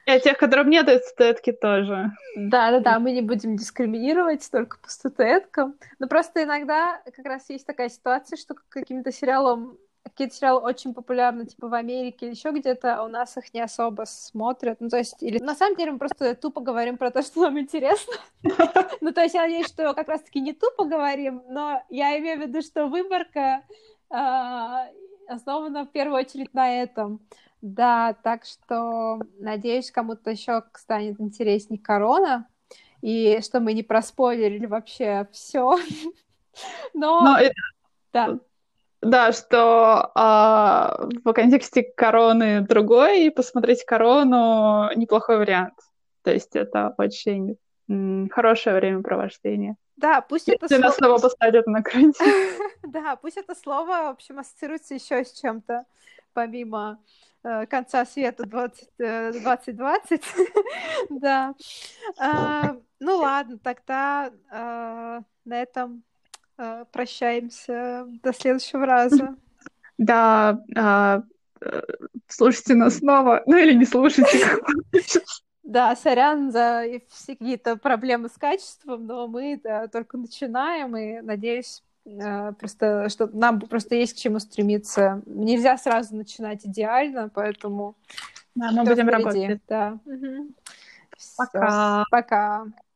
B: И о тех, которым нет эстетки, тоже.
A: Да-да-да, мы не будем дискриминировать только по статуэткам. Но просто иногда как раз есть такая ситуация, что каким-то сериалом какие-то сериалы очень популярны, типа в Америке или еще где-то, а у нас их не особо смотрят. Ну, то есть, или на самом деле мы просто тупо говорим про то, что нам интересно. Ну, то есть я надеюсь, что как раз-таки не тупо говорим, но я имею в виду, что выборка основана в первую очередь на этом. Да, так что надеюсь, кому-то еще станет интересней «Корона», и что мы не проспойлерили вообще все. Но,
B: Но,
A: да.
B: Да, что а, в контексте «Короны» другой, и посмотреть «Корону» неплохой вариант. То есть это очень м, хорошее времяпровождение.
A: Да, пусть это
B: Если нас
A: слово...
B: снова посадят на карантин.
A: Да, пусть это слово, в общем, ассоциируется еще с чем-то, помимо э, конца света двадцать двадцать. Да. А, ну ладно, тогда а, на этом а, прощаемся. До следующего раза.
B: Да, а, э, слушайте нас снова. Ну или не слушайте, как получится.
A: Да, сорян за все какие-то проблемы с качеством, но мы да, только начинаем, и надеюсь, э, просто, что нам просто есть к чему стремиться. Нельзя сразу начинать идеально, поэтому
B: Да, мы
A: всё
B: будем
A: впереди.
B: работать.
A: Да. Угу. Всё.
B: Пока.
A: Пока.